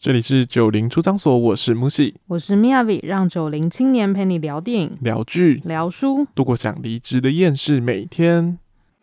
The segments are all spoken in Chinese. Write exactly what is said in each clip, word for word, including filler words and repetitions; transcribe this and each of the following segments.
这里是九零出张所，我是木西， 我是 Miyavi， 让九零青年陪你聊电影、 聊剧、 聊书， 度过想离职的厌世每天。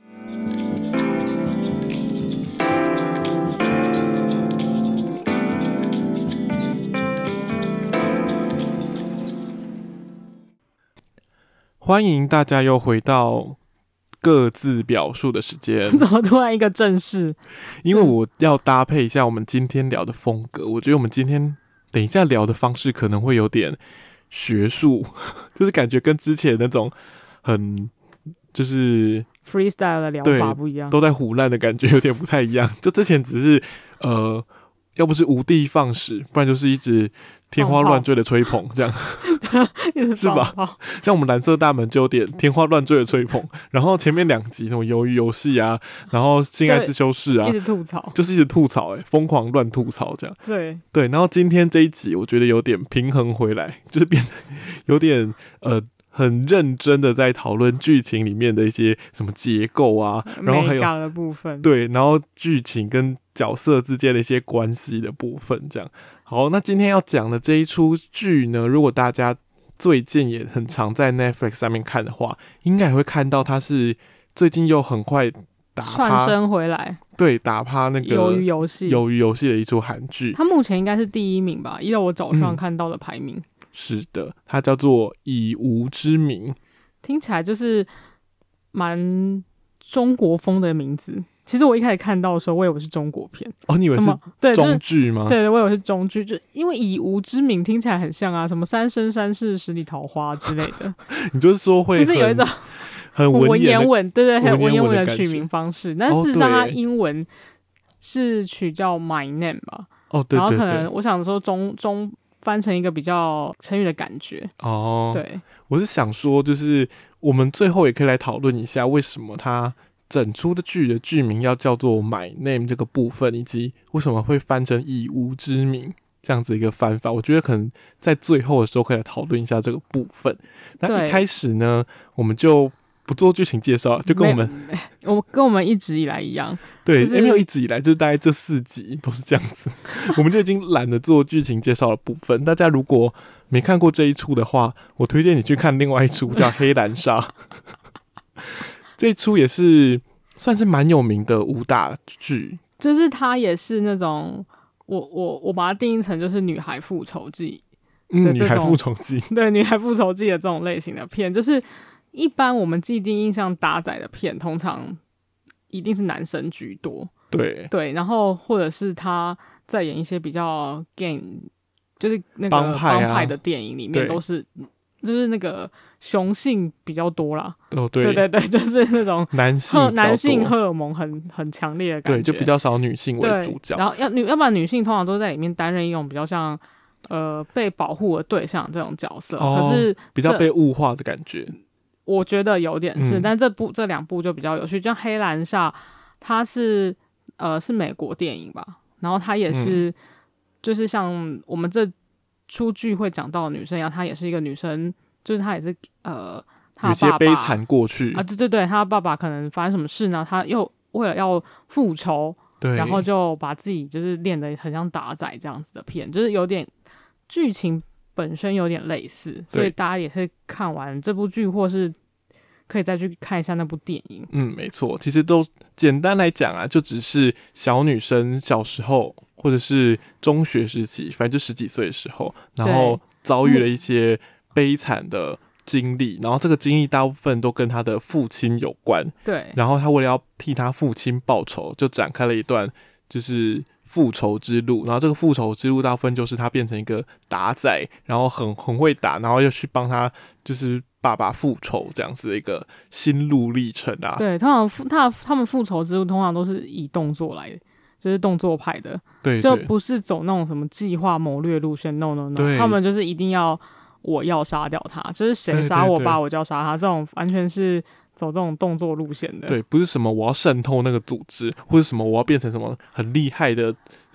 欢迎大家又回到各自表述的时间。 怎么突然一个正式？ 因为我要搭配一下我们今天聊的风格，我觉得我们今天等一下聊的方式可能会有点学术，就是感觉跟之前那种很就是 freestyle 的聊法不一样， 都在唬烂的感觉有点不太一样。就之前只是呃，要不是无的放矢，不然就是一直天花乱坠的吹捧，这样是吧？像我们蓝色大门就有点天花乱坠的吹捧，然后前面两集什么鱿鱼游戏啊，然后性爱自修室啊， 一直吐槽， 就是一直吐槽、欸，哎，疯狂乱吐槽这样。 对对，然后今天这一集我觉得有点平衡回来，就是变得有点呃。很认真的在讨论剧情里面的一些什么结构啊，然后还有的部分， 对，然后剧情跟角色之间的一些关系的部分，这样。好，那今天要讲的这一出剧呢，如果大家最近也很常在 Netflix 上面看的话，应该也会看到它是最近又很快打趴窜升回来， 对，打趴那个鱿鱼游戏， 鱿鱼游戏的一出韩剧， 它目前应该是第一名吧，依照我早上看到的排名。嗯， 是的，它叫做《以无之名》， 听起来就是蛮中国风的名字。其实我一开始看到的时候，我以为是中国片。 哦，你以为是中剧吗？ 对，我以为是中剧，就因为以无之名听起来很像啊，什么三生三世十里桃花之类的。 你就是说会， 就是有一种很文言文，对对，很文言文的取名方式。但事实上，它英文是取叫 My Name 吧？ 哦，对对对。 然后可能我想说中中。翻成一个比较成语的感觉哦， 对， 我是想说，就是我们最后也可以来讨论一下，为什么它整出的剧的剧名要叫做 My Name 这个部分，以及为什么会翻成以无之名这样子一个翻法。我觉得可能在最后的时候可以来讨论一下这个部分。那一开始呢，我们就不做剧情介绍，就跟我们我跟我们一直以来一样， 对， 就是欸、没有一直以来，就是大概这四集都是这样子，我们就已经懒得做剧情介绍的部分。大家如果没看过这一出的话，我推荐你去看另外一出叫《黑蓝杀》，这一出也是算是蛮有名的武打剧， 就是它也是那种我我我把它定义成就是女孩复仇记， 嗯，女孩复仇记， 对，女孩复仇记的这种类型的片，就是。一般我们既定印象打仔的片，通常一定是男生居多， 对对，然后或者是他在演一些比较 gang， 就是那个帮派、啊、 帮派的电影里面，都是就是那个雄性比较多啦。 哦，对对对对，就是那种男性男性荷尔蒙很很强烈的感觉， 对，就比较少女性为主角。 然后要女，要不然女性通常都在里面担任一种比较像呃被保护的对象这种角色， 哦、 可是比较被物化的感觉。 我觉得有点是， 嗯、 但这部这两部就比较有趣。就像《黑蓝煞》，它是呃是美国电影吧，然后它也是、嗯、就是像我们这出剧会讲到的女生一样，她也是一个女生，就是她也是呃，她爸爸有些悲惨过去啊，对对对，她爸爸可能发生什么事呢？她又为了要复仇， 对， 然后就把自己就是练得很像打仔这样子的片，就是有点剧情。本身有点类似，所以大家也可以看完这部剧，或是可以再去看一下那部电影。 嗯，没错，其实都简单来讲啊，就只是小女生小时候或者是中学时期，反正就十几岁的时候，然后遭遇了一些悲惨的经历，然后这个经历大部分都跟她的父亲有关。 对， 然后她为了要替她父亲报仇，就展开了一段就是复仇之路，然后这个复仇之路大部分就是他变成一个打仔，然后很很会打，然后又去帮他就是爸爸复仇这样子的一个心路历程啊。 对，通常他他们复仇之路通常都是以动作来的，就是动作派的， 对， 就不是走那种什么计划谋略路线 ，no no no， 他们就是一定要我要杀掉他，就是谁杀我爸我就要杀他，这种完全是。走这种动作路线的， 对，不是什么我要渗透那个组织，或者什么我要变成什么很厉害的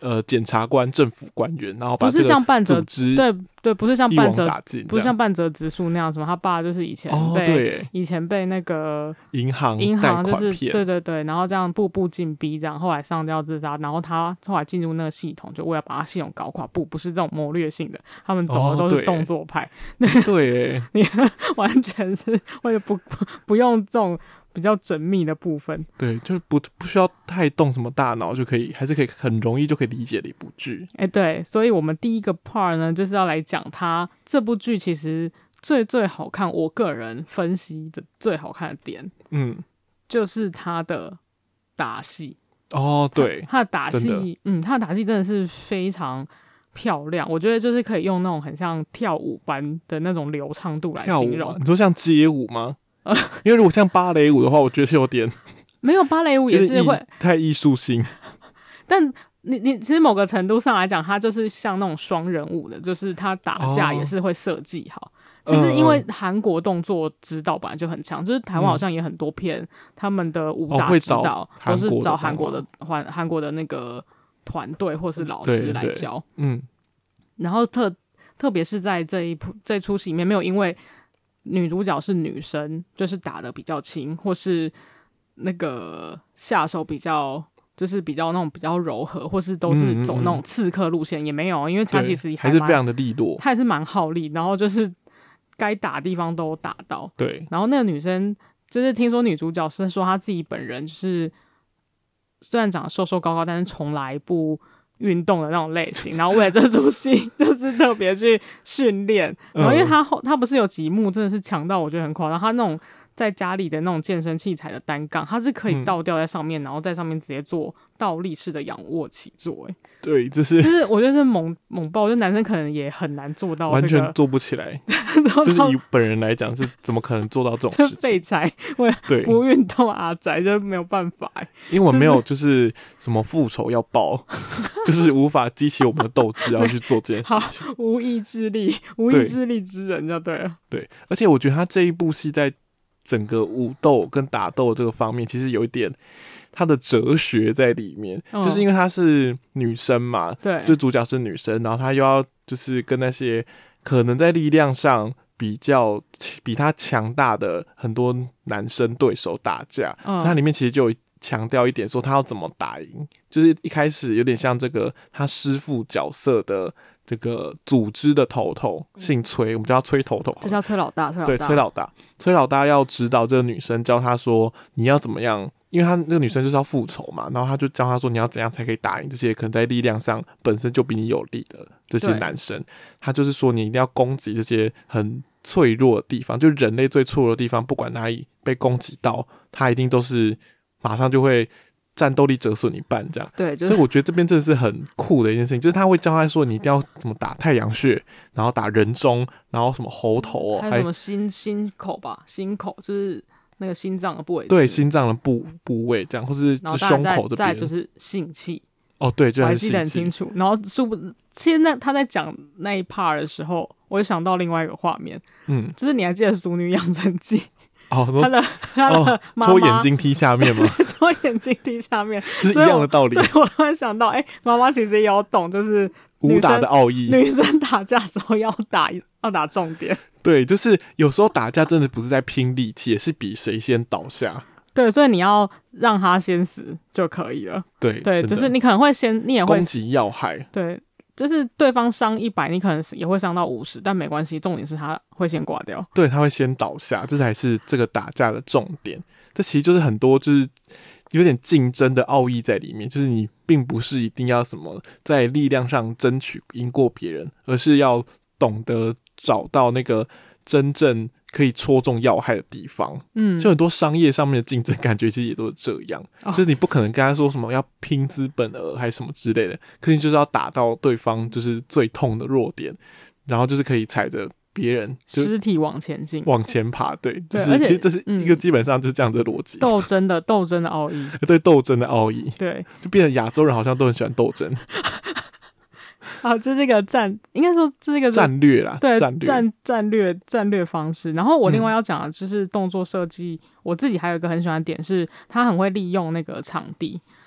呃检察官、政府官员，然后把不是像半泽组织对对，不是像半泽打尽， 不是像半泽直树那样，什么他爸就是以前被、 哦、对以前被那个银行银行就是骗对对对，然后这样步步进逼，这样后来上吊自杀，然后他后来进入那个系统，就为了把他系统搞垮，不不是这种谋略性的，他们走的都是动作派， 哦、对， 你完全是为了不不不用这种比较缜密的部分， 对，就是不不需要太动什么大脑就可以，还是可以很容易就可以理解的一部剧。 哎、欸，对，所以我们第一个 part 呢，就是要来讲它这部剧其实最最好看，我个人分析的最好看的点，嗯，就是它的打戏。 哦，对， 它的打戏，嗯，它的打戏真的是非常漂亮，我觉得就是可以用那种很像跳舞般的那种流畅度来形容。 跳舞、啊、你说像街舞吗？因为如果像芭蕾舞的话，我觉得是有点没有芭蕾舞也是会太艺术性， 但你你其实某个程度上来讲，它就是像那种双人舞的，就是它打架也是会设计好。哦、其实因为韩国动作指导本来就很强，就是台湾好像也很多片，他们的武打指导都是找韩国的韩韩国的那个团队或是老师来教。嗯，然后特特别是在这一部这出戏里面，没有因为女主角是女生，就是打得比较轻，或是那个下手比较就是比较那种比较柔和，或是都是走那种刺客路线，嗯嗯嗯也没有，因为他其实还, 还是非常的利落， 他也是蛮耗力，然后就是该打的地方都打到。 对， 然后那个女生就是听说女主角是说她自己本人就是虽然长得瘦瘦高高，但是从来不运动的那种类型，然后为了这出戏就是特别去训练，然后因为他后他不是有几幕真的是强到我觉得很夸张，他那种在家里的那种健身器材的单杠，它是可以倒吊在上面、嗯、然后在上面直接做倒立式的仰卧起坐。欸， 对，这是就是我觉得是猛猛爆，就男生可能也很难做到、这个、 完全做不起来就是以本人来讲是怎么可能做到这种事情， 废柴为了不运动阿宅就没有办法。欸， 因为我没有就是什么复仇要报就是无法激起我们的斗志要去做这件事情无意志力无意志力之人就对了。 对，而且我觉得他这一部戏在整个武斗跟打斗这个方面其实有一点他的哲学在里面、嗯、就是因为她是女生嘛，对，就是主角是女生，然后她又要就是跟那些可能在力量上比较比她强大的很多男生对手打架、嗯、所以它里面其实就有强调一点说他要怎么打赢，就是一开始有点像这个他师父角色的这个组织的头头，姓崔，我们叫他崔头头， 这叫崔老大，崔老大， 对，崔老大，崔老大要指导这个女生，教她说你要怎么样，因为她那个女生就是要复仇嘛，然后他就教她说你要怎样才可以打赢这些可能在力量上本身就比你有利的这些男生，他就是说你一定要攻击这些很脆弱的地方，就人类最脆弱的地方，不管哪里被攻击到，他一定都是马上就会战斗力折损一半这样。 对、就是， 所以我觉得这边真的是很酷的一件事情，就是他会教他说你一定要怎么打太阳穴，然后打人中，然后什么喉头、哦、 还有什么心心口吧，心口就是那个心脏的部位， 对，心脏的部部位这样，或是就胸口这边， 再就是性器。 哦，对，就我还记得很清楚。然后殊不知，其实那他在讲那一 part 的时候，我就想到另外一个画面，嗯，就是你还记得《熟女养成记》？ 哦， 他的他的妈妈戳眼睛踢下面吗？ 戳眼睛踢下面， 就是一样的道理。 对，我突然想到，哎、欸，妈妈其实也有懂，就是武打的奥义。 女生打架的时候要打要打重点。 对，就是有时候打架真的不是在拼力气，也是比谁先倒下。 对，所以你要让他先死就可以了。 对对，就是你可能会先，你也会攻击要害。 对。就是对方伤一百，你可能也会伤到五十，但没关系，重点是他会先挂掉。 对，他会先倒下，这才是这个打架的重点。这其实就是很多就是有点竞争的奥义在里面，就是你并不是一定要什么在力量上争取赢过别人，而是要懂得找到那个真正可以戳中要害的地方。嗯，就很多商业上面的竞争感觉其实也都是这样、哦、就是你不可能跟他说什么要拼资本额还是什么之类的，可是你就是要打到对方就是最痛的弱点，然后就是可以踩着别人尸体往前进， 往前爬。对，就是其实这是一个基本上就是这样的逻辑， 斗争的斗争的奥义， 对，斗争的奥义， 对， 就变成亚洲人好像都很喜欢斗争。 啊，这是一个战，应该说这是一个战略啦， 对， 战略战战略战略方式。然后我另外要讲的就是动作设计、嗯，我自己还有一个很喜欢的点是，他很会利用那个场地，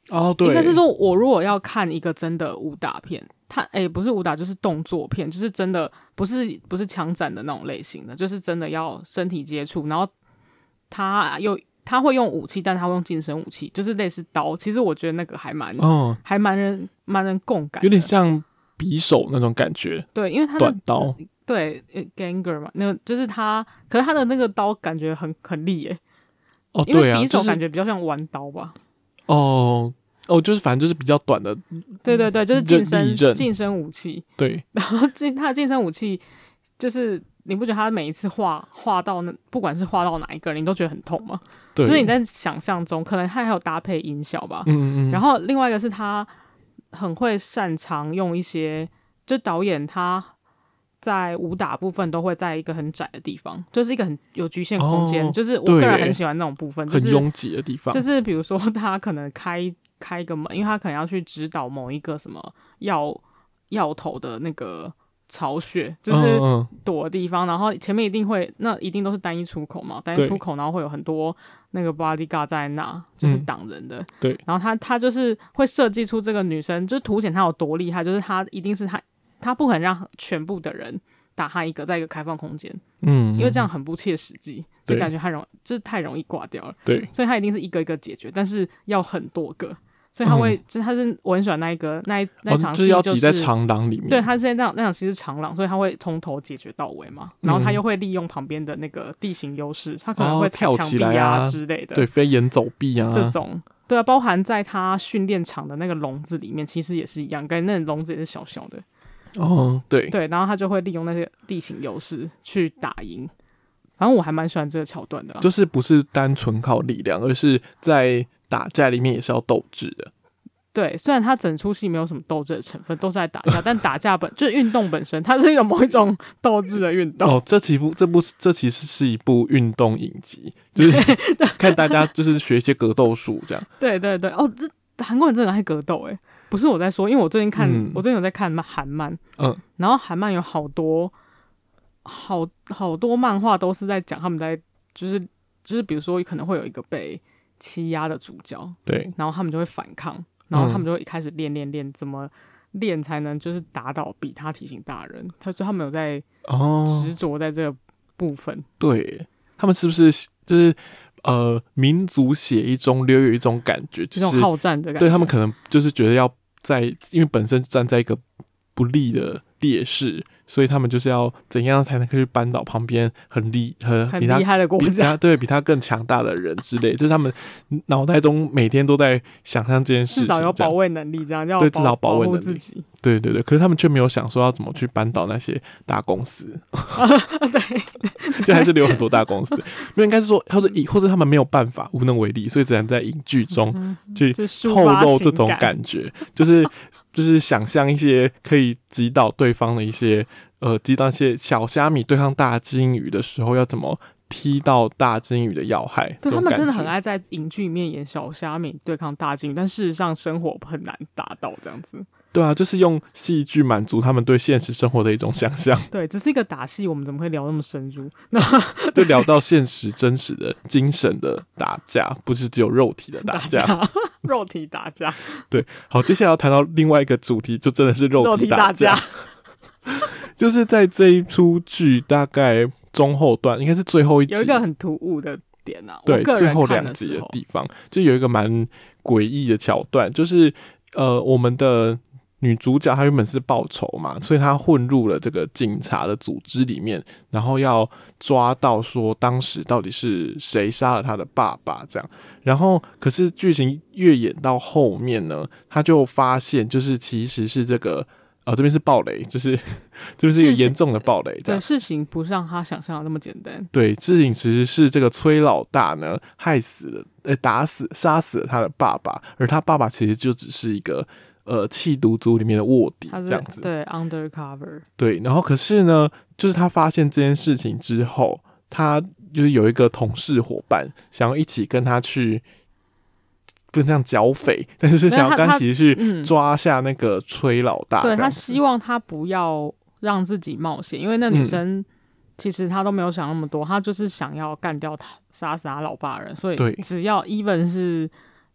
哦，对， 应该是说我如果要看一个真的武打片，它哎、欸、不是武打就是动作片，就是真的不是不是枪战的那种类型的，就是真的要身体接触，然后他又他会用武器，但他会用近身武器，就是类似刀。其实我觉得那个还蛮，哦，还蛮人蛮人共感的， 有点像匕首那种感觉。 对，因为他的短刀， 对 ，Ganger 嘛，那个就是他，可是他的那个刀感觉很很利耶。 哦， 因为对啊， 匕首感觉比较像弯刀吧。 哦哦，就是反正就是比较短的， 对对对，就是近身近身武器。 对， 然后近他的近身武器，就是你不觉得他每一次画画到那，不管是画到哪一个人，你都觉得很痛吗？对，所以你在想象中，可能他还有搭配音效吧。嗯嗯嗯。然后另外一个是他很会擅长用一些，就导演他在武打部分都会在一个很窄的地方，就是一个很有局限空间，哦，就是我个人很喜欢那种部分，就是很拥挤的地方。 就是比如说他可能开开一个门，因为他可能要去指导某一个什么药药头的那个巢穴，就是躲的地方，嗯嗯，然后前面一定会，那一定都是单一出口嘛，单一出口，然后会有很多那个 bodyguard 在那，就是挡人的。嗯，对，然后他他就是会设计出这个女生，就凸显她有多厉害，就是她一定是她，她不肯让全部的人打她一个，在一个开放空间，嗯，因为这样很不切实际，就感觉太容就是太容易挂掉了，对，所以她一定是一个一个解决，但是要很多个。所以他会，嗯，他是我很喜欢那一个那一那一场戏，就是， 哦，就是要挤在长廊里面。 对，他是在那那场戏是长廊，所以他会从头解决到尾嘛。然后他又会利用旁边的那个地形优势，他可能会踩墙壁啊之类的， 对，飞檐走壁啊这种。对啊，包含在他训练场的那个笼子里面，其实也是一样，跟那笼子也是小小的。 哦，对对，然后他就会利用那些地形优势去打赢。反正我还蛮喜欢这个桥段的，啊， 就是不是单纯靠力量，而是在打架里面也是要斗志的。 对，虽然他整出戏没有什么斗志的成分，都是在打架，但打架本就是运动本身，它是有某一种斗志的运动。 哦，这其部这部这其实是一部运动影集，就是看大家就是学一些格斗术这样。 对对对，哦，这韩国人真的爱格斗哎，不是我在说，因为我最近看，嗯，我最近有在看韩漫，嗯，然后韩漫有好多好好多漫画都是在讲他们在就是就是比如说可能会有一个被欺压的主角，对，然后他们就会反抗。然后他们就会一开始练练练，怎么练才能就是打倒比他体型大的人？他说他们有在执着在这个部分。哦， 对，他们是不是就是呃民族血液中留有一种感觉，就是这种好战的感觉。 对，他们可能就是觉得要在，因为本身站在一个不利的劣势，所以他们就是要怎样才能去扳倒旁边很厉很很厉害的国家， 对，比他更强大的人之类，就是他们脑袋中每天都在想象这件事情， 至少有保卫能力，这样要对，至少保卫能力自己。 对对对，可是他们却没有想说要怎么去扳倒那些大公司， 对， 就还是留很多大公司。没有，应该是说，或者或者他们没有办法，无能为力，所以只能在影剧中去透露这种感觉，就是就是想象一些可以击倒对方的一些呃，击倒一些小虾米对抗大金鱼的时候，要怎么踢到大金鱼的要害。 对，他们真的很爱在影剧里面演小虾米对抗大金鱼，但事实上生活很难达到这样子。 对啊，就是用戏剧满足他们对现实生活的一种想象。 对，只是一个打戏，我们怎么会聊那么深入？ 就聊到现实真实的精神的打架，不是只有肉体的打架。 打架肉体打架。 对，好，接下来要谈到另外一个主题，就真的是肉体打架。就是在这一出剧大概中后段，应该是最后一集， 有一个很突兀的点啊， 对，最后两集的地方，就有一个蛮诡异的桥段，就是呃，我们的女主角她原本是报仇嘛，所以她混入了这个警察的组织里面，然后要抓到说当时到底是谁杀了她的爸爸这样。然后可是剧情越演到后面呢，她就发现就是其实是这个呃这边是暴雷，就是这边是一个严重的暴雷这样。 对，事情不像他想象的那么简单。 对，事情其实是这个崔老大呢害死了，呃打死杀死了他的爸爸，而他爸爸其实就只是一个呃缉毒组里面的卧底这样子。 对 ，undercover。 对，然后可是呢，就是他发现这件事情之后，他就是有一个同事伙伴想要一起跟他去。不能这样剿匪，但是是想要跟他一起去抓下那个崔老大。 对，他希望他不要让自己冒险，因为那女生其实她都没有想那么多，她就是想要干掉他，杀死他老爸的人。所以只要 even 是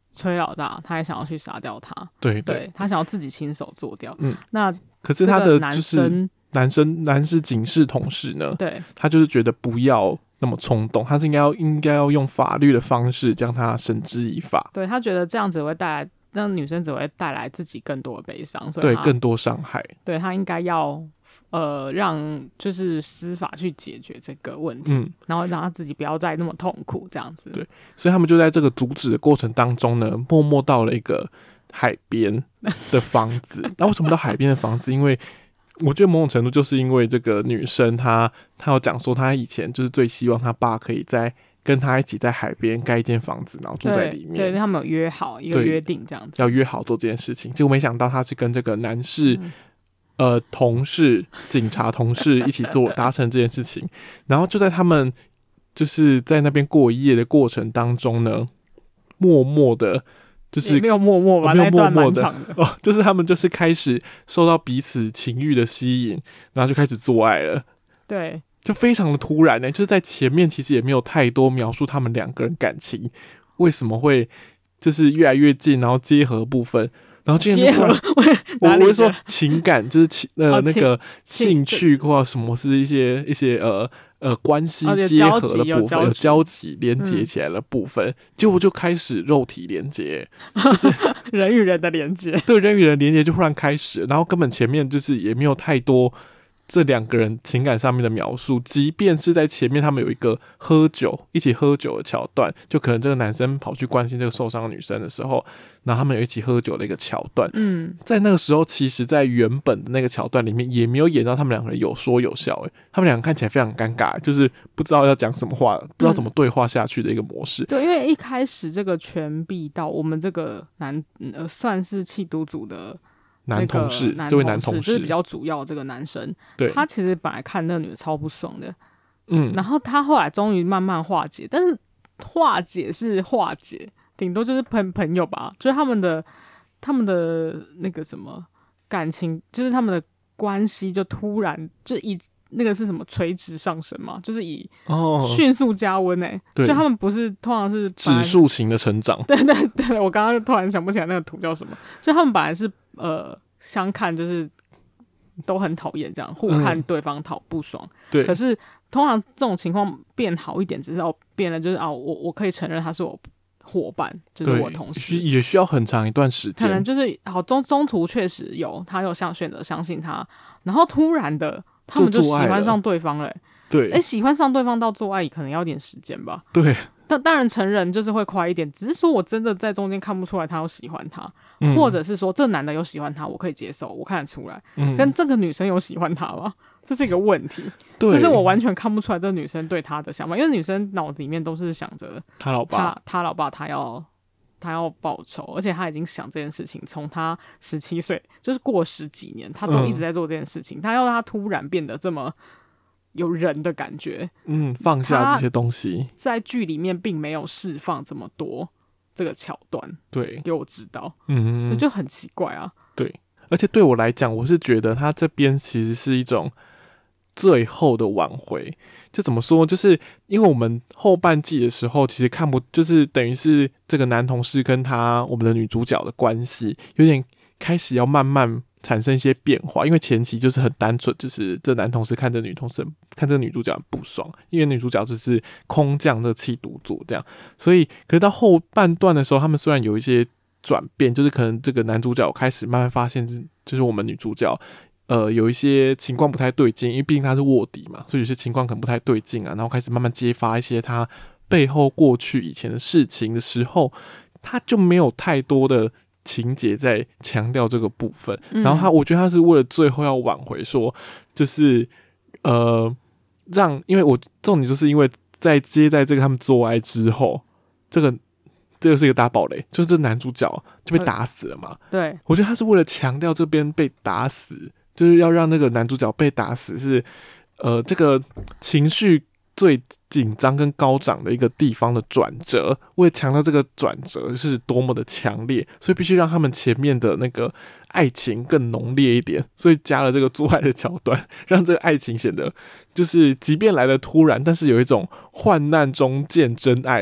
崔老大，他还想要去杀掉他， 对对, 对他想要自己亲手做掉。 嗯， 那可是他的男就是生男生男士警视同事呢， 对， 他就是觉得不要那么冲动，他是应该要应该要用法律的方式将他绳之以法。 对他觉得这样子会带来，让女生只会带来自己更多的悲伤，所以对更多伤害。对他应该要呃让就是司法去解决这个问题，嗯，然后让他自己不要再那么痛苦，这样子。 对，所以他们就在这个阻止的过程当中呢，默默到了一个海边的房子。那为什么到海边的房子？因为我觉得某种程度就是因为这个女生她她有讲说，她以前就是最希望她爸可以在跟她一起在海边盖一间房子，然后住在里面。 对，对他们有约好一个约定这样子， 要约好做这件事情。结果没想到她是跟这个男士、嗯、呃同事警察同事一起做达成这件事情。然后就在他们就是在那边过一夜的过程当中呢，默默的。就是也没有默默吧， 没有默默的那段蛮长的哦，就是他们就是开始受到彼此情欲的吸引，然后就开始做爱了。 对， 就非常的突然呢、欸，就是在前面其实也没有太多描述他们两个人感情为什么会就是越来越近，然后结合部分。然后结合， 我我会说情感就是情呃、哦、那个兴趣或什么是一些一些呃呃关系结合的部分，有交集连接起来的部分，嗯、结果就开始肉体连接，就是人与人的连接， 对人与人连接就忽然开始，然后根本前面就是也没有太多这两个人情感上面的描述，即便是在前面他们有一个喝酒一起喝酒的桥段，就可能这个男生跑去关心这个受伤的女生的时候，然后他们有一起喝酒的一个桥段。嗯，在那个时候，其实在原本的那个桥段里面也没有演到他们两个人有说有笑，欸，他们两个看起来非常尴尬，就是不知道要讲什么话，不知道怎么对话下去的一个模式。 嗯、对，因为一开始这个全臂到我们这个男呃算是缉毒组的。 男同事， 那这位男同事就是比较主要这个男生， 对， 他其实本来看那个女的超不爽的， 嗯， 然后他后来终于慢慢化解，但是化解是化解，顶多就是朋朋友吧，就是他们的他们的那个什么感情，就是他们的关系就突然就以那个是什么垂直上升嘛，就是以迅速加温哎，欸，就他们不是通常是指数型的成长， 对对对，我刚刚突然想不起来那个图叫什么，就他们本来是呃相看就是都很讨厌这样，互看对方讨不爽，嗯，对，可是通常这种情况变好一点，只是哦变了就是哦我我可以承认他是我伙伴，就是我同事， 也需要很长一段时间， 可能就是好中中途确实有他有想选择相信他，然后突然的。他们就喜欢上对方了，欸， 对， 哎，欸，喜欢上对方到做爱可能要点时间吧， 对。 但当然成人就是会快一点，只是说我真的在中间看不出来他有喜欢他，嗯，或者是说这男的有喜欢他，我可以接受，我看得出来，嗯，但这个女生有喜欢他吗？这是一个问题，对，这是我完全看不出来这个女生对他的想法，因为女生脑子里面都是想着他老爸， 他他老爸他要。他要报仇，而且他已经想这件事情，从他十七岁，就是过十几年，他都一直在做这件事情。嗯，他要他突然变得这么有人的感觉， 嗯，放下这些东西， 在剧里面并没有释放这么多这个桥段， 对， 给我知道， 嗯， 就很奇怪啊。 对，而且对我来讲，我是觉得他这边其实是一种最后的挽回。就怎么说，就是因为我们后半季的时候其实看不，就是等于是这个男同事跟他我们的女主角的关系有点开始要慢慢产生一些变化，因为前期就是很单纯，就是这男同事看着女同事看这个女主角很不爽，因为女主角就是空降这个缉毒组这样，所以可是到后半段的时候，他们虽然有一些转变，就是可能这个男主角开始慢慢发现就是我们女主角呃，有一些情况不太对劲，因为毕竟他是卧底嘛，所以有些情况可能不太对劲啊。然后开始慢慢揭发一些他背后过去以前的事情的时候，他就没有太多的情节在强调这个部分。嗯，然后他，我觉得他是为了最后要挽回说，就是呃，让，因为我重点就是因为在接在这个他们做爱之后，这个这个是一个大爆雷，就是这男主角就被打死了嘛。 对， 我觉得他是为了强调这边被打死。就是要让那个男主角被打死是，呃，这个情绪最紧张跟高涨的一个地方的转折，为了强调这个转折是多么的强烈，所以必须让他们前面的那个爱情更浓烈一点，所以加了这个做爱的桥段，让这个爱情显得就是即便来的突然，但是有一种患难中见真爱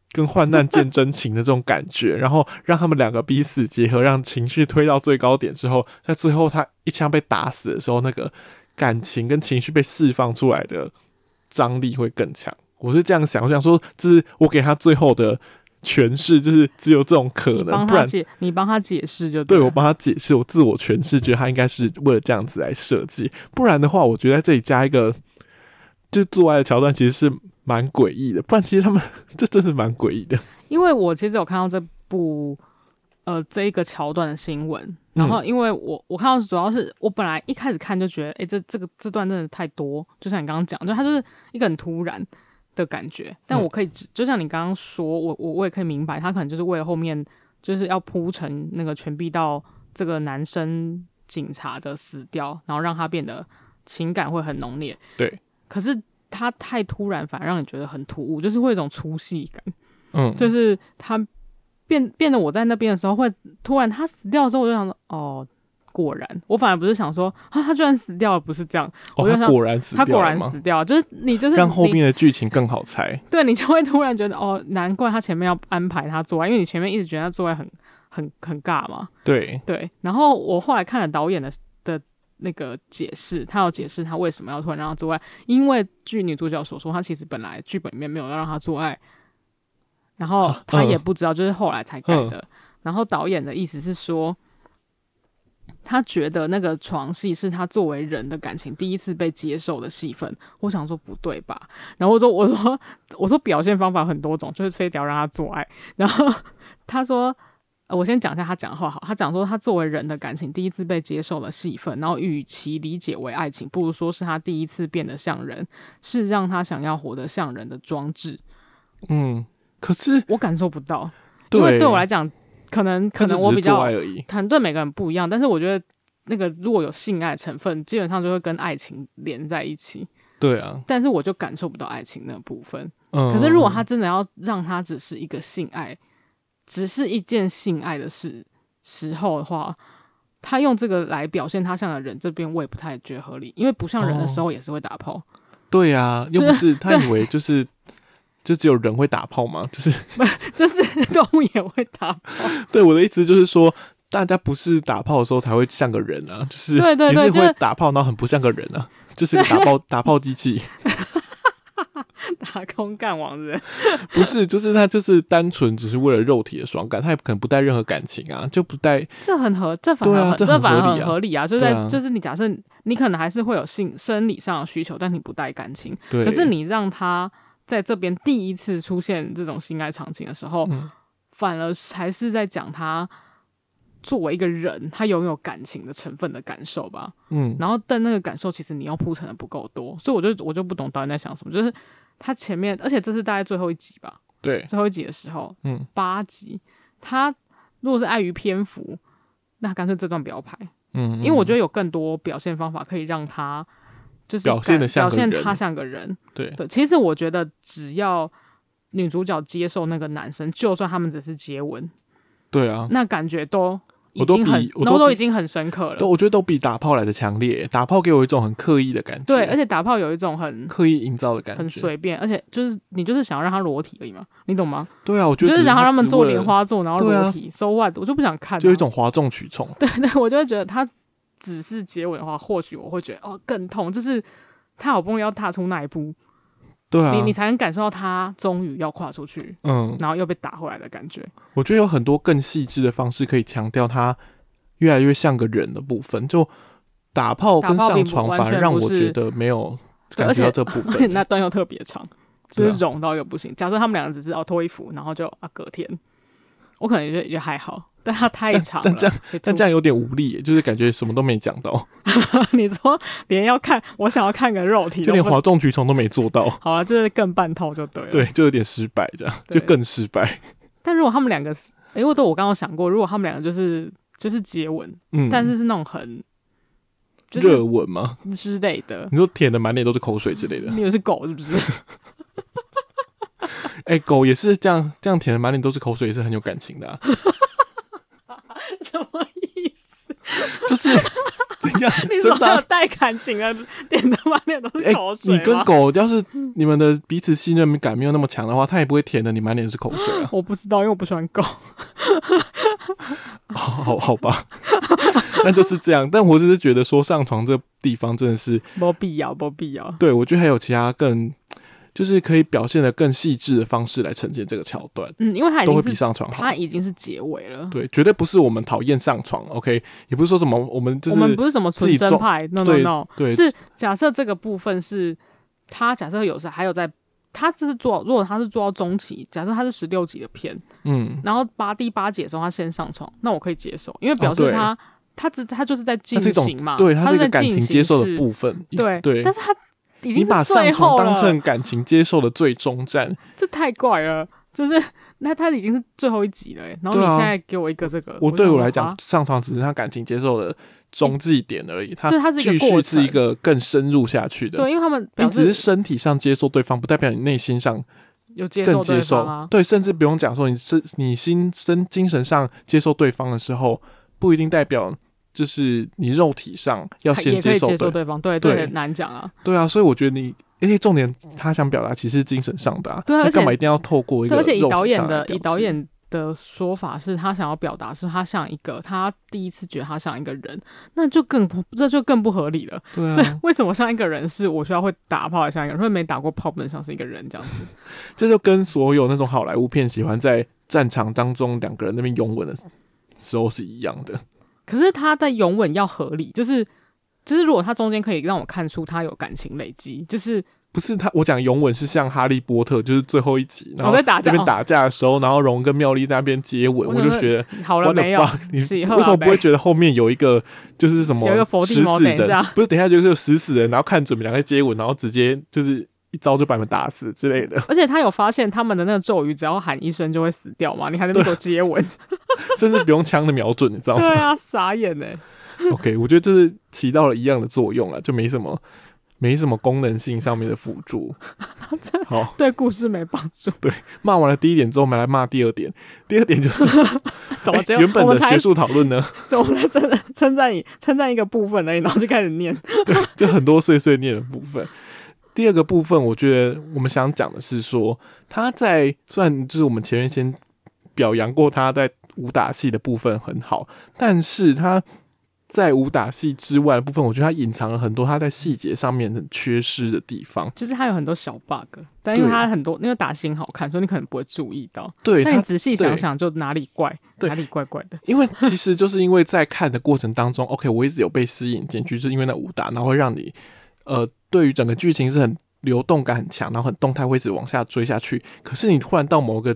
跟患难见真情的这种感觉，然后让他们两个彼此结合，让情绪推到最高点之后，在最后他一枪被打死的时候，那个感情跟情绪被释放出来的张力会更强。我是这样想，我想说，这是我给他最后的诠释，就是只有这种可能，不然你帮他解释就对，对我帮他解释，我自我诠释，觉得他应该是为了这样子来设计，不然的话，我觉得在这里加一个就做爱的桥段，其实是蛮诡异的，不然其实他们这真是蛮诡异的。 因为我其实有看到这部呃这一个桥段的新闻，然后因为我我看到主要是我本来一开始看就觉得，哎、欸，这这个这段真的太多，就像你刚刚讲，就它就是一个很突然的感觉，但我可以、嗯、就像你刚刚说，我我我也可以明白，他可能就是为了后面就是要铺成那个全臂到这个男生警察的死掉，然后让他变得情感会很浓烈。 对， 可是他太突然，反而让你觉得很突兀，就是会有一种出戏感。 嗯， 就是他变变得我在那边的时候，会突然他死掉的时候，我就想说，哦，果然，我反而不是想说啊，他居然死掉了，不是这样。 哦， 我就想他果然死掉了吗？ 他果然死掉了，就是你就是让后面的剧情更好猜。 对，你就会突然觉得，哦，难怪他前面要安排他做爱，因为你前面一直觉得他做爱很很很尬嘛。 对对，然后我后来看了导演的的那个解释，他有解释他为什么要突然让他做爱，因为据女主角所说，他其实本来剧本里面没有要让他做爱。然后他也不知道，就是后来才改的。嗯、然后导演的意思是说，他觉得那个床戏是他作为人的感情第一次被接受的戏份。我想说不对吧？然后我说我说我说表现方法很多种，就是非得要让他做爱。然后他说，呃、我先讲一下他讲的话好。他讲说他作为人的感情第一次被接受的戏份，然后与其理解为爱情，不如说是他第一次变得像人，是让他想要活得像人的装置。 嗯。可是我感受不到，因为对我来讲，可能可能我比较可能对每个人不一样，但是我觉得那个如果有性爱成分，基本上就会跟爱情连在一起。 对啊， 但是我就感受不到爱情那部分。 嗯， 可是如果他真的要让他只是一个性爱，只是一件性爱的事时候的话，他用这个来表现他像个人，这边我也不太觉得合理，因为不像人的时候也是会打炮。哦、 对啊，又不是他以为就是。就只有人会打炮吗？就是就是动物也会打炮。 对，我的意思就是说，大家不是打炮的时候才会像个人啊，就是对对对， 你是会打炮，然后很不像个人啊，就是个打炮打炮机器。 打空干王是不是？ 不是，就是他就是单纯只是为了肉体的爽感，他也不可能不带任何感情啊，就不带。 这很合，这反而很、 啊、这反而很合理啊！就是在、 啊、 就是你假设你可能还是会有性生理上的需求，但你不带感情， 对， 可是你让他。在这边第一次出现这种性爱场景的时候、嗯、反而还是在讲他作为一个人他拥有感情的成分的感受吧。 嗯， 然后但那个感受其实你要铺陈的不够多，所以我就我就不懂导演在想什么，就是他前面而且这是大概最后一集吧， 对， 最后一集的时候， 嗯， 八集他如果是碍于篇幅，那干脆这段不要拍， 嗯，嗯， 因为我觉得有更多表现方法可以让他就是表现的像表现他像个人， 对对。其实我觉得只要女主角接受那个男生，就算他们只是接吻， 对啊， 那感觉都已经很， 我都都已经很深刻了。 都我觉得都比打炮来的强烈。打炮给我一种很刻意的感觉， 对，而且打炮有一种很刻意营造的感觉， 很随便，而且就是你就是想要让他裸体而已嘛，你懂吗？ 对啊，我觉得就是想要他们做莲花座，然后裸体、啊、，so what， 我就不想看、啊， 就有一种哗众取宠。 对对，我就会觉得他只是接吻的话，或许我会觉得哦更痛，就是他好不容易要踏出那一步。 对啊， 你你才能感受到他终于要跨出去， 嗯， 然后又被打回来的感觉。 我觉得有很多更细致的方式可以强调他越来越像个人的部分，就打炮跟上床反而让我觉得没有感觉到这部分。 那段又特别长，就是冗到一个不行。假设他们两个只是哦脱衣服，然后就啊隔天，我可能也也还好，但他太长了， 但, 但这样但这样有点无力耶，就是感觉什么都没讲到。 你说连要看，我想要看个肉体， 就连哗众取宠都没做到。 好啊，就是更半套就对了。 对，就有点失败，这样就更失败。 但如果他们两个，因为都我刚刚想过，如果他们两个就是就是接吻，嗯，但是是那种很热、就是、吻吗之类的？ 你说舔的满脸都是口水之类的？ 你以为是狗是不是？ 哎、欸，狗也是这样，这样舔的满脸都是口水，也是很有感情的、啊。 什么意思？ 就是怎样？ 你真的、啊、 所有带感情的点的满脸都是口水、欸、 你跟狗要是你们的彼此信任感没有那么强的话，它也不会舔的你满脸是口水啊。 我不知道，因为我不喜欢狗。 好好好吧，那就是这样。但我只是觉得说上床这个地方真的是没必要，没必要。 对，我觉得还有其他更就是可以表现的更细致的方式来呈现这个桥段。 嗯，因为它已经是都会比上床好， 它已经是结尾了。 对，绝对不是我们讨厌上床 ，OK， 也不是说什么我们就是我们不是什么纯真派 ，no no no， 对， 是假设这个部分是他假设有时还有在。他这是做，如果他是做到中期，假设他是十六集的片，嗯，然后八第八集的时候他先上床，那我可以接受，因为表示他、哦、他只他就是在进行嘛， 对，他是一个感情接受的部分， 对对，但是他已经是你把上床当成感情接受的最终站， 这太怪了，就是那他已经是最后一集了，然后你现在给我一个这个， 啊、我对我来讲，上床只是他感情接受的中继点而已，他继续是一个更深入下去的。 对，因为他们表你只是身体上接受对方，不代表你内心上有接受对方啊。对，甚至不用讲说你是你心身精神上接受对方的时候，不一定代表就是你肉体上要先接受对, 接受对方。对对，很难讲啊。 对啊，所以我觉得你。而且重点，他想表达其实是精神上的、啊， 对，而且干嘛一定要透过一个肉体上来表示？ 而且以导演的以导演的说法是，他想要表达是他像一个，他第一次觉得他像一个人，那就更这就更不合理了。 对啊， 这为什么像一个人是我需要会打炮的像一个人，会没打过炮不能像是一个人这样子？ 这就跟所有那种好莱坞片喜欢在战场当中两个人那边拥吻的时候是一样的。 可是他在拥吻要合理，就是。就是如果他中间可以让我看出他有感情累积，就是不是他我讲拥吻是像哈利波特，就是最后一集，然后在这边打架的时候，然后荣跟妙丽在那边接吻，我就觉得好了没有？ 你为什么不会觉得后面有一个就是什么有一个佛地魔？等一下， 不是等一下就是有死死人，然后看准两个接吻，然后直接就是一招就把你们打死之类的。 而且他有发现他们的那个咒语，只要喊一声就会死掉嘛？你还在那边给我接吻， 甚至不用枪的瞄准，你知道吗？ 对啊，傻眼哎、欸。 OK， 我觉得这是起到了一样的作用了，就没什么没什么功能性上面的辅助，好， 对故事没帮助。 对，骂完了第一点之后，我们来骂第二点。第二点就是怎么、欸、 原本的学术讨论呢？ 我们在称称赞你称赞一个部分而已，然后就开始念， 对，就很多碎碎念的部分。第二个部分，我觉得我们想讲的是说，他在虽然就是我们前面先表扬过他在武打戏的部分很好，但是他在武打戏之外的部分，我觉得他隐藏了很多他在细节上面很缺失的地方。 就是他有很多小 bug， 但因为他很多因为打戏很好看，所以你可能不会注意到。 对， 但你仔细想想，就哪里怪，哪里怪怪的。 因为其实就是因为在看的过程当中，OK， 我一直有被吸引进去，就是因为那武打，然后会让你呃对于整个剧情是很流动感很强，然后很动态，会一直往下追下去。可是你突然到某个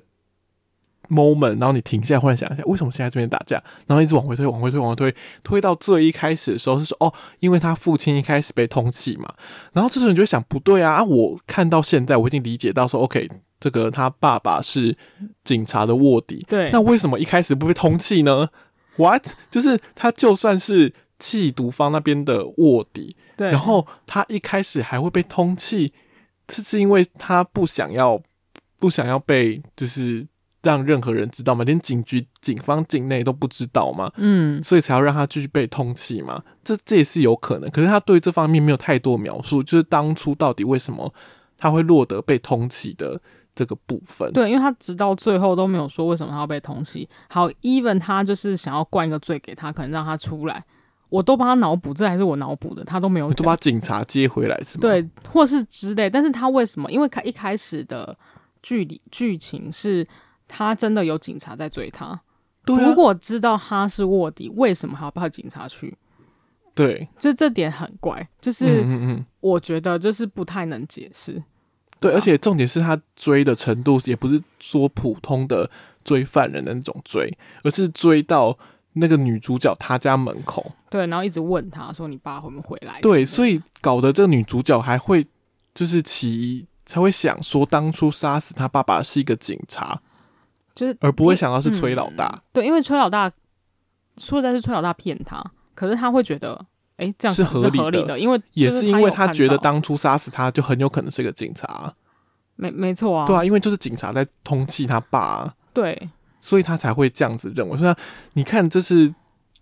moment， 然后你停下来，忽然想一下，为什么现在这边打架？然后一直往回推，往回推，往回推，推到最一开始的时候是说，哦，因为他父亲一开始被通缉嘛。然后这时候你就会想，不对啊！啊我看到现在，我已经理解到说 ，OK， 这个他爸爸是警察的卧底， 对， 那为什么一开始不被通缉呢 ？What？ 就是他就算是缉毒方那边的卧底， 对， 然后他一开始还会被通缉，是是因为他不想要，不想要被就是。让任何人知道吗？连警局、警方境内都不知道吗？嗯，所以才要让他继续被通缉嘛。这这也是有可能，可是他对这方面没有太多描述，就是当初到底为什么他会落得被通缉的这个部分。 对，因为他直到最后都没有说为什么他要被通缉。好 ，even 他就是想要灌一个罪给他，可能让他出来，我都帮他脑补，这还是我脑补的，他都没有讲， 都把警察接回来是吗？ 对，或是之类。但是他为什么？因为一开始的剧里剧情是。他真的有警察在追他， 对啊， 如果知道他是卧底，为什么还要派警察去？ 对， 就这点很怪，就是我觉得就是不太能解释。嗯嗯嗯对，而且重点是他追的程度也不是说普通的追犯人的那种追，而是追到那个女主角她家门口， 对，然后一直问他说：“你爸会不会回来？” 对，所以搞得这个女主角还会就是起疑，才会想说当初杀死他爸爸是一个警察。 就是而不会想到是崔老大、嗯， 对，因为崔老大说的是崔老大骗他，可是他会觉得，哎、欸，这样是合理 的, 理的，因为也是因为他觉得当初杀死他就很有可能是个警察， 没没错啊， 对啊，因为就是警察在通缉他爸、啊， 对， 所以他才会这样子认为。所以你看，这是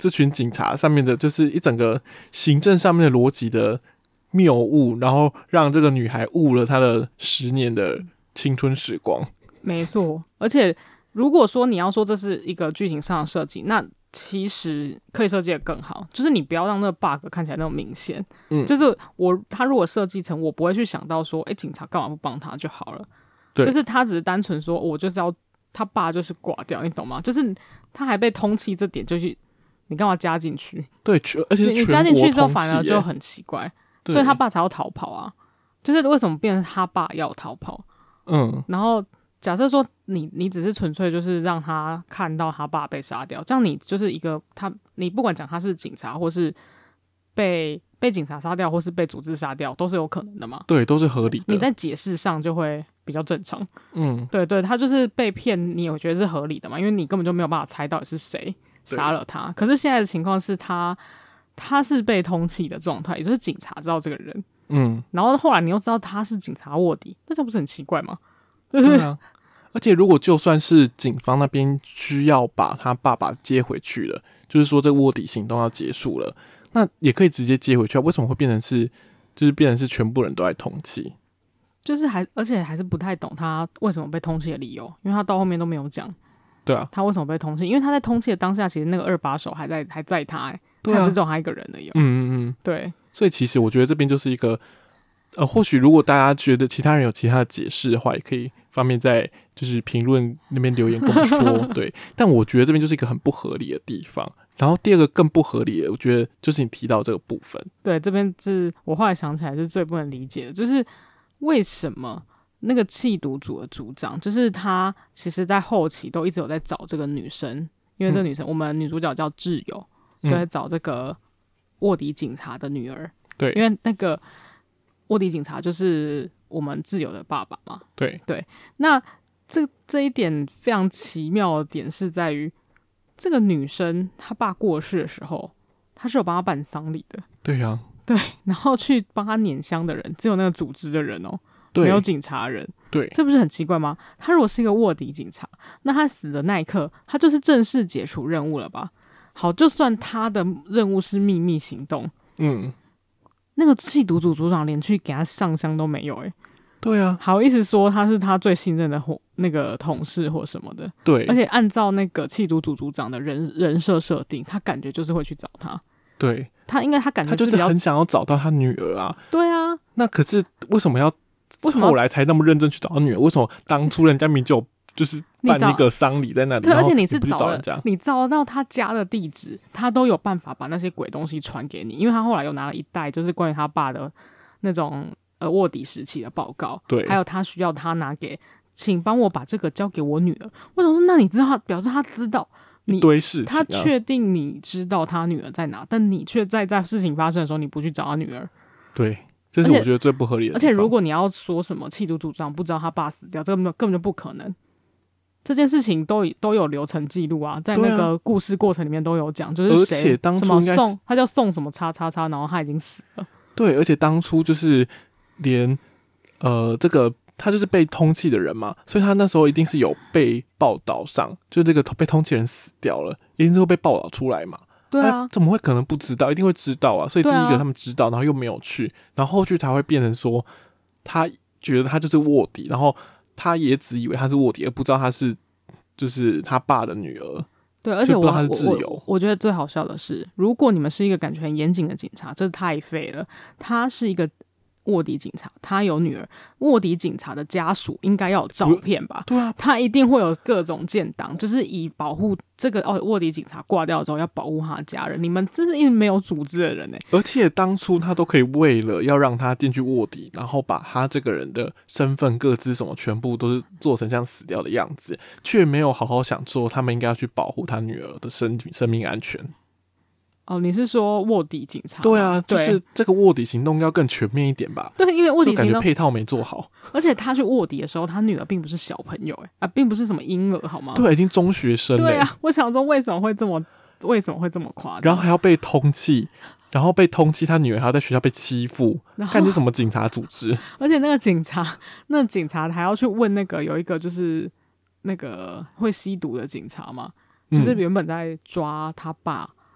这群警察上面的，就是一整个行政上面的逻辑的谬误，然后让这个女孩误了她的十年的青春时光。 没错，而且如果说你要说这是一个剧情上的设计，那其实可以设计的更好，就是你不要让那个 bug 看起来那么明显。嗯，就是我他如果设计成我不会去想到说，哎、欸，警察干嘛不帮他就好了。对，就是他只是单纯说，我就是要他爸就是挂掉，你懂吗？就是他还被通缉这点，就是你干嘛加进去？ 对，而且是你加进去之后反而就很奇怪，所以他爸才要逃跑啊。就是为什么变成他爸要逃跑？嗯，然后假设说你你只是纯粹就是让他看到他爸被杀掉，这样你就是一个他，你不管讲他是警察或是被被警察杀掉，或是被组织杀掉，都是有可能的嘛？对， 都是合理的。 你在解释上就会比较正常。嗯，对对，他就是被骗，你有觉得是合理的嘛？因为你根本就没有办法猜到底是谁杀了他。可是现在的情况是他他是被通缉的状态，也就是警察知道这个人。嗯，然后后来你又知道他是警察卧底，那这不是很奇怪吗？就是、 啊，而且如果就算是警方那边需要把他爸爸接回去了，就是说这卧底行动要结束了，那也可以直接接回去啊。为什么会变成是，就是变成是全部人都在通缉？ 就是还而且还是不太懂他为什么被通缉的理由，因为他到后面都没有讲。 对啊， 他为什么被通缉？因为他在通缉的当下，其实那个二把手还在还在他、欸，对啊，他不是只有他一个人而已。嗯嗯嗯，对。 所以其实我觉得这边就是一个，呃，或许如果大家觉得其他人有其他的解释的话，也可以方便在就是评论那边留言跟我们说。对，但我觉得这边就是一个很不合理的地方。然后第二个更不合理的，我觉得就是你提到这个部分。 对，这边是我后来想起来是最不能理解的，就是为什么那个缉毒组的组长，就是他其实在后期都一直有在找这个女生，因为这个女生、嗯、我们女主角叫挚友，就在找这个卧底警察的女儿。对，因为那个卧底警察就是我们挚友的爸爸嘛。 对对，那这这一点非常奇妙的点是在于，这个女生她爸过世的时候，她是有帮她办丧礼的。 对啊， 对，然后去帮她捻香的人只有那个组织的人哦，没有警察人。 对， 这不是很奇怪吗？他如果是一个卧底警察，那他死的那一刻，他就是正式解除任务了吧？好，就算他的任务是秘密行动，嗯，那个缉毒组组长连去给他上香都没有、欸，哎， 对啊， 好意思说他是他最信任的那个同事或什么的， 对， 而且按照那个缉毒组组长的人人设设定，他感觉就是会去找他， 对， 他应该他感觉他就是很想要找到他女儿啊， 对啊， 那可是为什么要后来才那么认真去找他女儿？为什么当初人家明就就是办一个丧礼在那里？ 对，而且你是找找人家，你找到他家的地址，他都有办法把那些鬼东西传给你，因为他后来又拿了一袋，就是关于他爸的那种呃卧底时期的报告，对，还有他需要他拿给，请帮我把这个交给我女儿。我想说，那你知道他表示他知道你一堆事情、 啊，他确定你知道他女儿在哪，但你却在在事情发生的时候，你不去找他女儿， 对。这是我觉得最不合理的。 而且如果你要说什么缉毒组长不知道他爸死掉，这个根本就不可能。这件事情都都有流程记录啊，在那个故事过程里面都有讲，就是谁， 而且当初应该什么宋，他叫宋什么叉叉叉，然后他已经死了。 对，而且当初就是连呃这个他就是被通缉的人嘛，所以他那时候一定是有被报道上，就这个被通缉人死掉了，一定是会被报道出来嘛。 对啊， 怎么会可能不知道？一定会知道啊！所以第一个他们知道，然后又没有去，然后后续才会变成说，他觉得他就是卧底，然后他也只以为他是卧底，而不知道他是就是他爸的女儿。 对，而且我不知道他是挚友。 我, 我觉得最好笑的是，如果你们是一个感觉很严谨的警察，这太废了。他是一个卧底警察，他有女儿，卧底警察的家属应该要有照片吧？ 对啊， 他一定会有各种建档，就是以保护这个哦，卧底警察挂掉之后要保护他的家人。你们真是一直没有组织的人呢、欸。 而且当初他都可以为了要让他进去卧底，然后把他这个人的身份、个资什么全部都是做成像死掉的样子，却没有好好想说他们应该要去保护他女儿的生生命安全。 哦，你是说卧底警察？ 对啊，就是这个卧底行动要更全面一点吧？ 对，因为卧底行动就感觉配套没做好， 而且他去卧底的时候，他女儿并不是小朋友、欸，哎啊，并不是什么婴儿，好吗？ 对，已经中学生了、欸。 对啊，我想说为什么会这么，为什么会这么夸张？ 然后还要被通缉，然后被通缉，他女儿还要在学校被欺负，看这什么警察组织？ 而且那个警察，那个警察还要去问那个有一个就是那个会吸毒的警察嘛，就是原本在抓他爸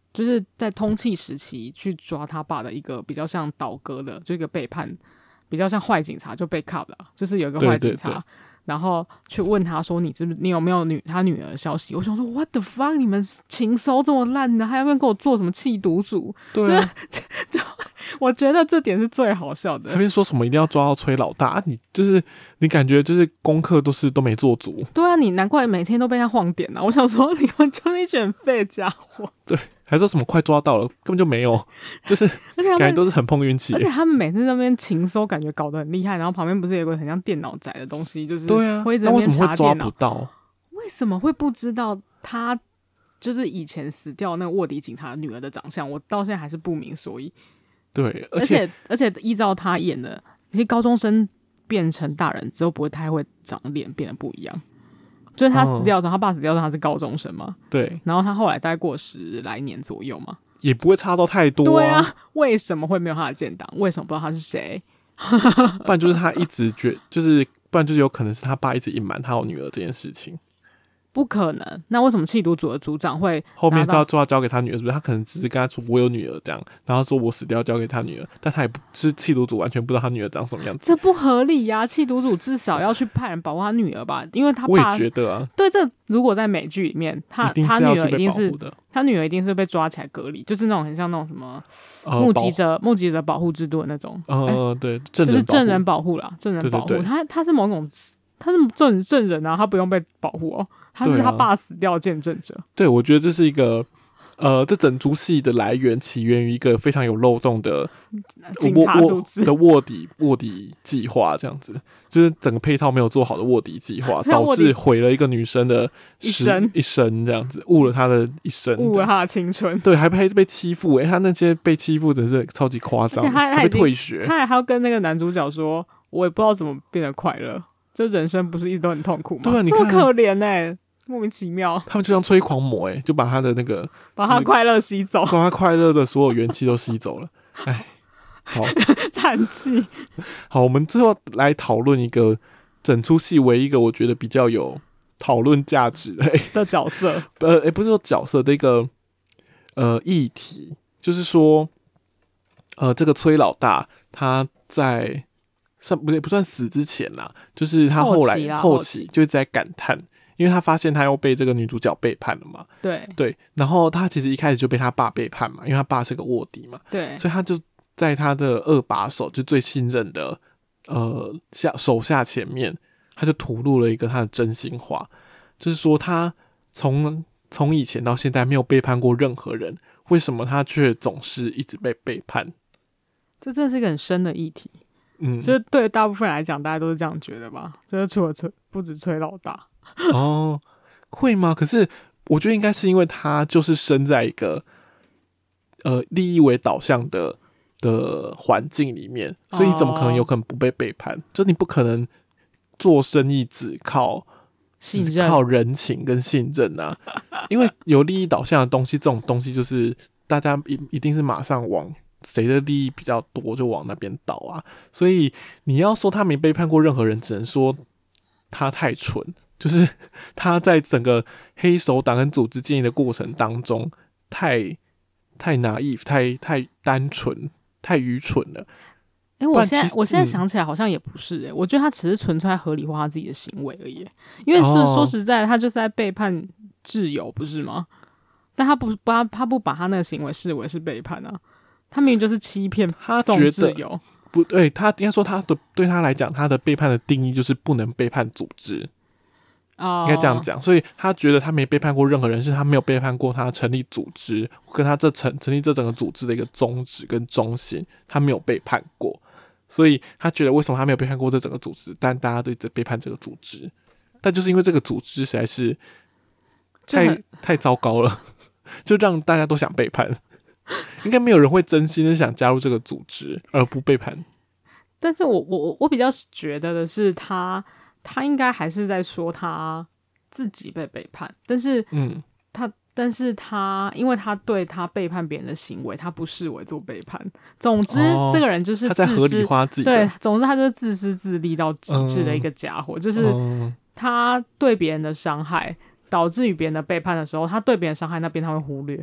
就是在通缉时期去抓他爸的一个比较像倒戈的，就一个背叛，比较像坏警察，就被 cop 了，就是有一个坏警察。对对对，然后去问他说：“你知不你有没有女他女儿的消息？”我想说 ，What the fuck！ 你们情收这么烂的，还要不要跟我做什么弃毒组？ 对啊， 就就我觉得这点是最好笑的。 那边说什么一定要抓到崔老大，啊、你就是你感觉就是功课都是都没做足。 对啊，你难怪每天都被他晃点啊！我想说，你们就是一群废家伙。 对。还说什么快抓到了，根本就没有，就是感觉都是很碰运气。 而且他们每次那边情搜，感觉搞得很厉害，然后旁边不是有个很像电脑仔的东西，就是对啊， 会一直在那边查电脑。 那为什么会抓不到？ 为什么会不知道他就是以前死掉那个卧底警察女儿的长相？我到现在还是不明所以。 对， 而且而且依照他演的，那些高中生变成大人之后，不会太会长脸，变得不一样。就是他死掉的时候，嗯、他爸死掉的时候他是高中生嘛， 对， 然后他后来大概过十来年左右嘛， 也不会差到太多、啊。 对啊，为什么会没有他的建档？为什么不知道他是谁？ 不然就是他一直觉，就是不然就是有可能是他爸一直隐瞒他有女儿这件事情。 不可能，那为什么缉毒组的组长会后面就要就要交给他女儿？是不是？他可能只是跟他说我有女儿这样，然后说我死掉交给他女儿，但他也不是缉毒组完全不知道他女儿长什么样子， 这不合理呀、啊！缉毒组至少要去派人保护他女儿吧，因为他爸我也觉得啊， 对，这如果在美剧里面，他他女儿一定是他女儿一定是被抓起来隔离，就是那种很像那种什么目击者、呃、目击者保护制度的那种， 呃，欸、对，证人就是证人保护啦，证人保护，对对对，他他是某种他是证证人啊，他不用被保护哦。他是他爸死掉的见证者。 对、啊，对，我觉得这是一个，呃，这整出戏的来源起源于一个非常有漏洞的警察组织的卧底卧底计划，这样子，就是整个配套没有做好的卧底计划，导致毁了一个女生的一生一生，这样子，误了她的一生， 误了她的青春。 对，还被被欺负，哎、欸，他那些被欺负真是超级夸张， 他还被退学， 他还还要跟那个男主角说，我也不知道怎么变得快乐，就人生不是一直都很痛苦吗？ 对啊，你看这么可怜哎、欸。莫名其妙， 他们就像催狂魔哎、欸，就把他的那个把他快乐吸走， 把他快乐的所有元气都吸走了。哎，好， 叹气。 好，我们最后来讨论一个整出戏唯一一个我觉得比较有讨论价值的、欸、 的角色， 呃，也、欸、不是说角色的一个呃议题，就是说，呃，这个崔老大他在算不对不算死之前啦，就是他后来后期就一直在感叹。因为他发现他又被这个女主角背叛了嘛， 对对，然后他其实一开始就被他爸背叛嘛，因为他爸是个卧底嘛， 对， 所以他就在他的二把手，就最信任的呃下手下前面，他就吐露了一个他的真心话，就是说他从从以前到现在没有背叛过任何人，为什么他却总是一直被背叛？ 这真的是一个很深的议题， 嗯， 就是对大部分人来讲，大家都是这样觉得吧？就是除了崔，不止崔老大。 哦，会吗？可是我觉得应该是因为他就是生在一个呃利益为导向的的环境里面，所以你怎么可能有可能不被背叛？哦、就你不可能做生意只靠信任、 靠人情跟信任啊，因为有利益导向的东西，这种东西就是大家一一定是马上往谁的利益比较多就往那边倒啊。所以你要说他没背叛过任何人，只能说他太蠢。就是他在整个黑手党跟组织建立的过程当中，太太 naive， 太太单纯，太愚蠢了。 哎、欸，我现在我现在想起来好像也不是哎、欸嗯，我觉得他只是纯粹合理化他自己的行为而已、欸。因为是、哦、说实在的，他就是在背叛挚友，不是吗？但他不他他不把他那个行为视为是背叛啊，他明明就是欺骗送挚友。 不对，他应该说他的对他来讲，他的背叛的定义就是不能背叛组织。应该这样讲，所以他觉得他没背叛过任何人，是他没有背叛过他成立组织跟他这成成立这整个组织的一个宗旨跟中心，他没有背叛过，所以他觉得为什么他没有背叛过这整个组织，但大家都一直背叛这个组织，但就是因为这个组织实在是太太糟糕了，就让大家都想背叛，应该没有人会真心的想加入这个组织而不背叛。 但是我我我比较觉得的是他。他应该还是在说他自己被背叛，但是，嗯，他，但是他，因为他对他背叛别人的行为，他不视为做背叛。总之，哦、这个人就是自私， 他在合理化自己。 对，总之他就是自私自利到极致的一个家伙，嗯、就是他对别人的伤害，导致于别人的背叛的时候，他对别人伤害那边他会忽略，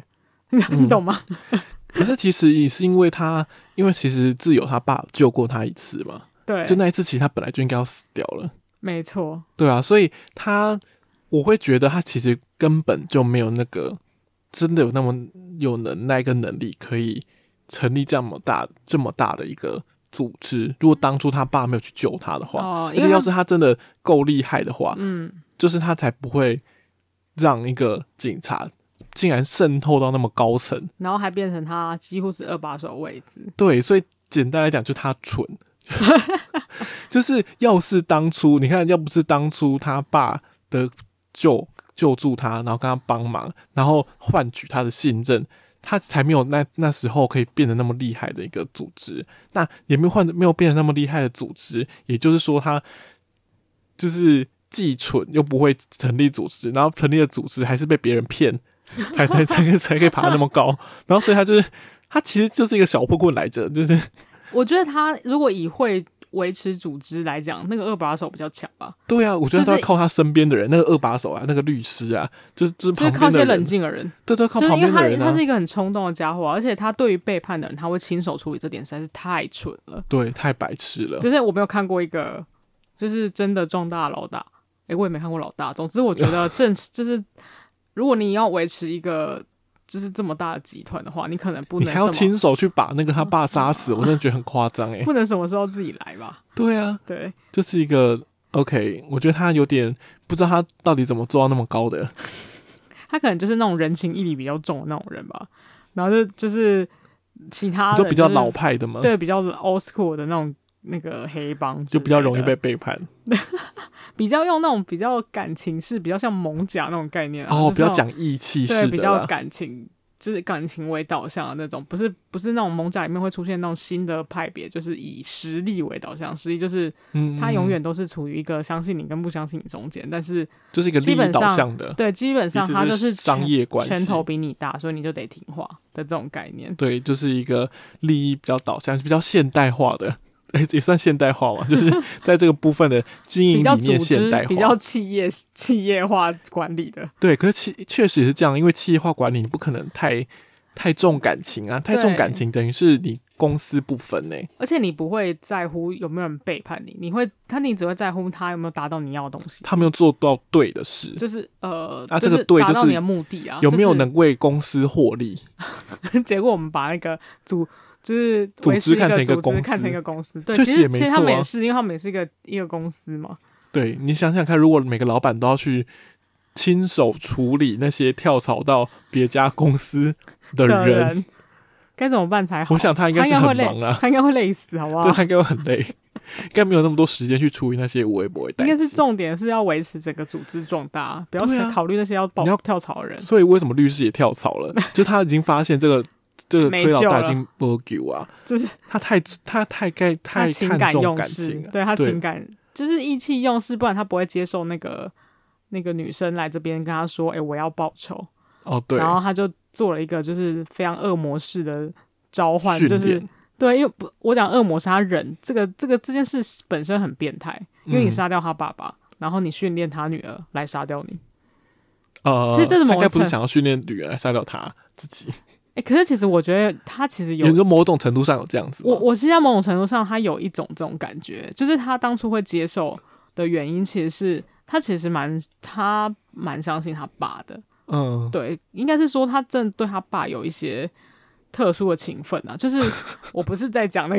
你懂吗？ 可是其实也是因为他，因为其实自由他爸救过他一次嘛， 对， 就那一次其实他本来就应该要死掉了， 没错， 对啊，所以他我会觉得他其实根本就没有那个真的有那么有能耐跟能力可以成立这么大这么大的一个组织。如果当初他爸没有去救他的话， 哦、 而且要是他真的够厉害的话， 嗯， 就是他才不会让一个警察竟然渗透到那么高层， 然后还变成他几乎是二把手位置。 对，所以简单来讲，就他蠢。就是要是当初你看，要不是当初他爸的救救助他，然后跟他帮忙，然后换取他的信任，他才没有那那时候可以变得那么厉害的一个组织。那也没有换没有变得那么厉害的组织，也就是说他就是既蠢又不会成立组织，然后成立的组织还是被别人骗，才才才可以才可以爬得那么高。然后所以他就是他其实就是一个小破棍来着，就是我觉得他如果以会维持组织来讲，那个二把手比较强吧。 对啊，我觉得他要靠他身边的人，那个二把手啊，那个律师啊，就是就是旁边的人， 就是靠一些冷静的人， 对对，靠旁边的人、啊。 就是因为他他是一个很冲动的家伙，而且他对于背叛的人，他会亲手处理这点，实在是太蠢了。 对，太白痴了。 就是我没有看过一个，就是真的壮大的老大。哎、欸，我也没看过老大。总之，我觉得正就是如果你要维持一个。就是这么大的集团的话，你可能不能你还要亲手去把那个他爸杀死，我真的觉得很夸张哎。 不能什么时候自己来吧？ 对啊， 对， 就是一个 OK， 我觉得他有点不知道他到底怎么做到那么高的。 他可能就是那种人情义理比较重的那种人吧，然后就就是其他的、 就比较老派的嘛， 对，比较 old school 的那种那个黑帮， 就比较容易被背叛。 比较用那种比较感情式，比较像蒙甲那种概念、啊、 哦， 比较讲义气式的， 对，比较感情，就是感情为导向的那种，不是不是那种蒙甲里面会出现那种新的派别，就是以实力为导向，实力就是他永远都是处于一个相信你跟不相信你中间，但是就是一个利益导向的， 对，基本上他就是商业关系， 拳头比你大，所以你就得听话的这种概念。 对，就是一个利益比较导向，比较现代化的。欸、也算现代化嘛，就是在这个部分的经营理念现代化， 比较企业企业化管理的。 对，可是确实是这样，因为企业化管理你不可能太太重感情啊，太重感情等于是你公私不分呢、欸。 而且你不会在乎有没有人背叛你，你会他你只会在乎他有没有达到你要的东西， 他没有做到对的事， 就是呃， 啊，这个对就是达到你的目的啊， 有没有能为公司获利？ 就是、结果我们把那个主。就是组织看成一个公司， 看成一个公司，对， 其实也没错、啊、 其实他们也是，因为他们也是一个一个公司嘛。 对，你想想看，如果每个老板都要去亲手处理那些跳槽到别家公司的人， 该怎么办才好？ 我想他应该是很忙啊， 他应该会累死，好不好？ 对，他应该会很累，应该没有那么多时间去处理那些微博。 应该是重点是要维持整个组织壮大，不要考虑那些要爆要跳槽的人。 所以为什么律师也跳槽了？就他已经发现这个。这个崔老大已经不救啊， 就是他太他太该太看重感情了， 对他情感就是意气用事，不然他不会接受那个那个女生来这边跟他说：“哎、欸，我要报仇。” 哦，对， 然后他就做了一个就是非常恶魔式的召唤，就是对，因为不我讲恶魔是他人，这个这个这件事本身很变态，因为你杀掉他爸爸，嗯、然后你训练他女儿来杀掉你。 呃， 其实这是他应该不是想要训练女儿来杀掉他自己。 欸、可是其实我觉得他其实有， 有说某种程度上有这样子吗？ 我我其实在某种程度上，他有一种这种感觉，就是他当初会接受的原因，其实是他其实蛮他蛮相信他爸的， 嗯， 对，应该是说他真的对他爸有一些特殊的情分啊。就是我不是在讲那个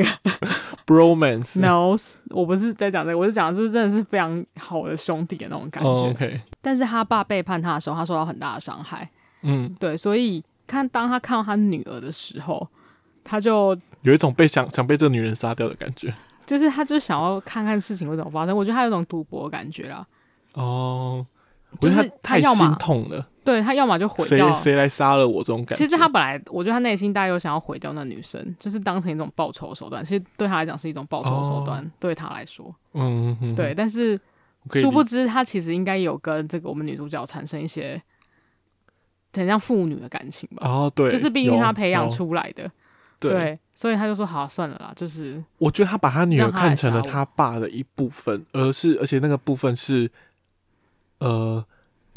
bromance，no， 我不是在讲这个，我是讲就是真的是非常好的兄弟的那种感觉。 哦 okay， 但是他爸背叛他的时候，他受到很大的伤害， 嗯， 对，所以。看，当他看到他女儿的时候，他就有一种被想想被这个女人杀掉的感觉， 就是他就想要看看事情会怎么发生。我觉得他有种赌博的感觉啦。 哦， 就是我觉得他太心痛了。 对他要么就毁掉谁谁来杀了我这种感觉。 其实他本来，我觉得他内心大概有想要毁掉那女生，就是当成一种报仇的手段。其实对他来讲是一种报仇的手段，哦、对他来说， 嗯哼哼， 对。但是殊不知，他其实应该有跟这个我们女主角产生一些。很像父女的感情吧， 哦，对， 就是毕竟他培养出来的，对，对，所以他就说好算了啦，就是我觉得他把他女儿看成了他爸的一部分，而是而且那个部分是呃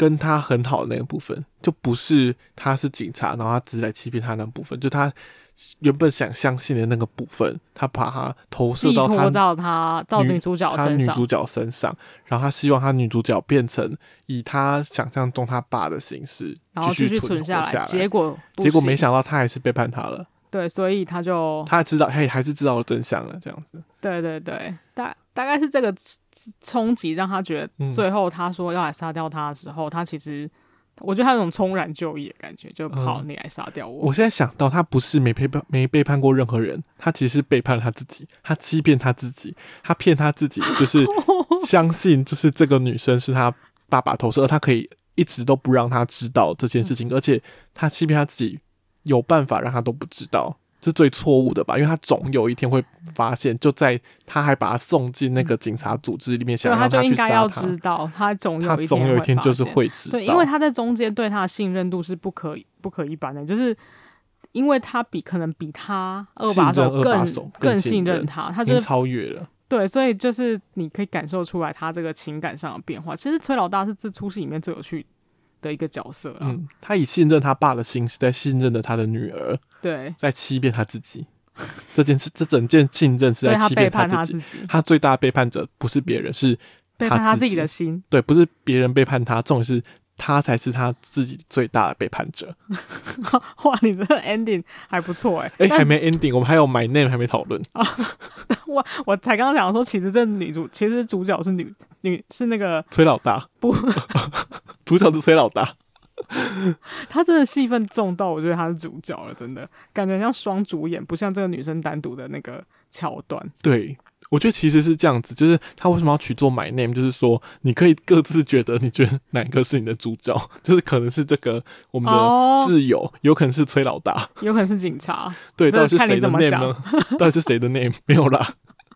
跟他很好的那个部分，就不是他是警察，然后他只是来欺骗他那个部分，就他原本想相信的那个部分，他把他投射到他到他到女主角身上， 他女主角身上，然后他希望他女主角变成以他想象中他爸的形式， 然后继续存下来，结果结果没想到他还是背叛他了。 对，所以他就他知道，嘿，还是知道了真相了，这样子。 对对对，大大概是这个冲击让他觉得，最后他说要来杀掉他的时候，嗯、他其实我觉得他有种冲然就义的感觉，就好，嗯、你来杀掉我。 我现在想到，他不是没背叛没背叛过任何人，他其实是背叛了他自己，他欺骗他自己，他骗他自己，就是相信就是这个女生是他爸爸投射，而他可以一直都不让他知道这件事情，嗯、而且他欺骗他自己。有办法让他都不知道，这是最错误的吧？因为他总有一天会发现，就在他还把他送进那个警察组织里面，想让他去杀他，他就应该要知道，他总有一天他总有一天就是会知道。 对，因为他在中间对他的信任度是不可不可一般的，就是因为他比可能比他二把手更把手更信任他，他就是超越了。 对，所以就是你可以感受出来他这个情感上的变化。其实崔老大是这出戏里面最有趣的一个角色啦， 嗯，他以信任他爸的心是在信任的他的女儿， 对， 在欺骗他自己。这件事，这整件信任是在欺骗他自己。他, 自己他最大的背叛者不是别人，是他自己背叛他自己的心。 对，不是别人背叛他，重点是他才是他自己最大的背叛者。 哇，你这个 ending 还不错哎、 欸！哎、欸，还没 ending， 我们还有 My Name 还没讨论啊。 我我才刚刚讲说，其实这女主其实主角是女女是那个崔老大， 不， 主角是崔老大。 他真的戏份重到，我觉得他是主角了，真的感觉像双主演，不像这个女生单独的那个桥段。 对，我觉得其实是这样子，就是他为什么要取做 My Name， 就是说你可以各自觉得你觉得哪个是你的主角，就是可能是这个我们的挚友，哦、有可能是崔老大， 有可能是警察。 对，到底是谁的 name 呢？到底是谁的 name？ 没有啦。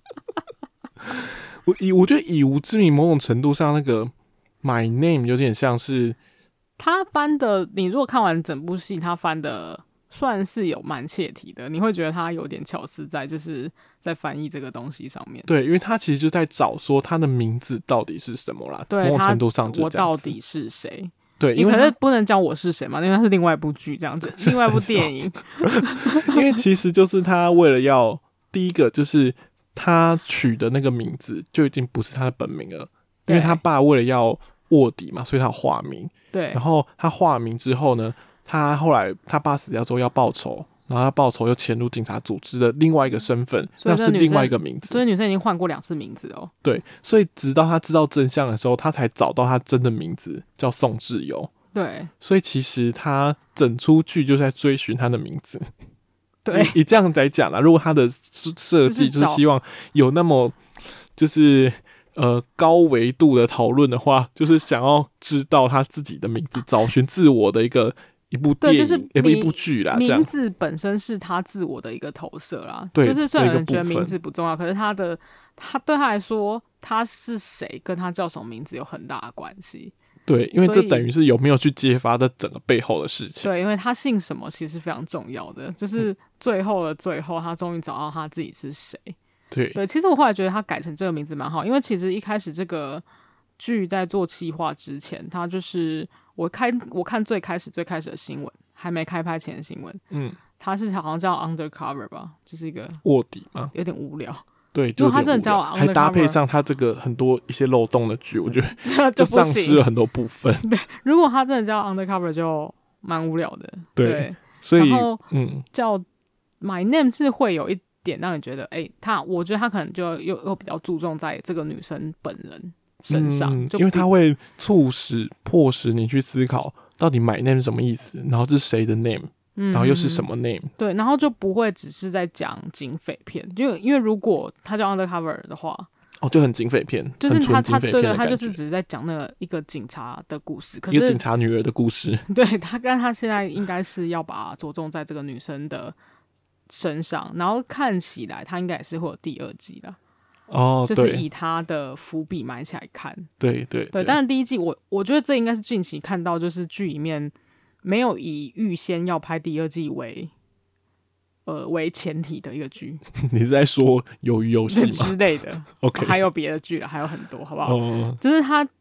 我以我觉得以无之名某种程度上，那个 My Name 有点像是。 他翻的，你如果看完整部戏，他翻的算是有蛮切题的，你会觉得他有点巧思在，就是在翻译这个东西上面。 对，因为他其实就在找说他的名字到底是什么啦，某种程度上就我到底是谁？ 对，因为你可是不能讲我是谁嘛，因为它是另外一部剧这样子，另外一部电影。 因为其实就是他为了要第一个就是他取的那个名字就已经不是他的本名了，因为他爸为了要卧底嘛，所以他化名。 对， 然后他化名之后呢，他后来他爸死掉之后要报仇，然后他报仇又潜入警察组织的另外一个身份，那是另外一个名字。 所以女生已经换过两次名字哦。 对，所以直到他知道真相的时候，他才找到他真的名字叫宋智友。 对， 所以其实他整出剧就在追寻他的名字。 对， 以这样来讲啦，如果他的设计就是希望有那么就是呃高维度的讨论的话，就是想要知道他自己的名字，找寻自我的一个一部电影， 对，就是一部剧啦。 名字本身是他自我的一个投射啦。对，就是虽然有人觉得名字不重要，可是他的他对他来说，他是谁跟他叫什么名字有很大的关系。 对，因为这等于是有没有去揭发的整个背后的事情。 对，因为他姓什么其实是非常重要的，就是最后的最后，他终于找到他自己是谁。 对对，其实我后来觉得他改成这个名字蛮好，因为其实一开始这个剧在做企划之前，他就是我开我看最开始最开始的新闻，还没开拍前的新闻，嗯，他是好像叫 Undercover 吧，就是一个卧底嘛， 有点无聊。 对， 如果他真的叫 Undercover， 还搭配上他这个很多一些漏洞的剧，我觉得就丧失了很多部分。 对，如果他真的叫 Undercover 就蛮无聊的。 对， 对所以然后嗯， 叫 My Name 是会有一点让你觉得，哎、欸，他我觉得他可能就又又比较注重在这个女生本人身上， 嗯、 就因为他会促使迫使你去思考到底 My Name 是什么意思，然后这是谁的 name。然后又是什么 name？、嗯、 对，然后就不会只是在讲警匪片，因为因为如果他叫 Undercover 的话， 哦，就很警匪片， 就是他他对对他就是只是在讲那个一个警察的故事，可是一个警察女儿的故事。 对他，但他现在应该是要把着重在这个女生的身上，然后看起来他应该也是会有第二季的。 哦， 就是以他的伏笔埋起来看。 对对 对, 对，但是第一季我我觉得这应该是近期看到就是剧里面。没有以预先要拍第二季为呃为前提的一个剧。你是在说鱿鱼游戏吗？ 之类的 ？OK， 还有别的剧了，还有很多，好不好？ 哦、 就是他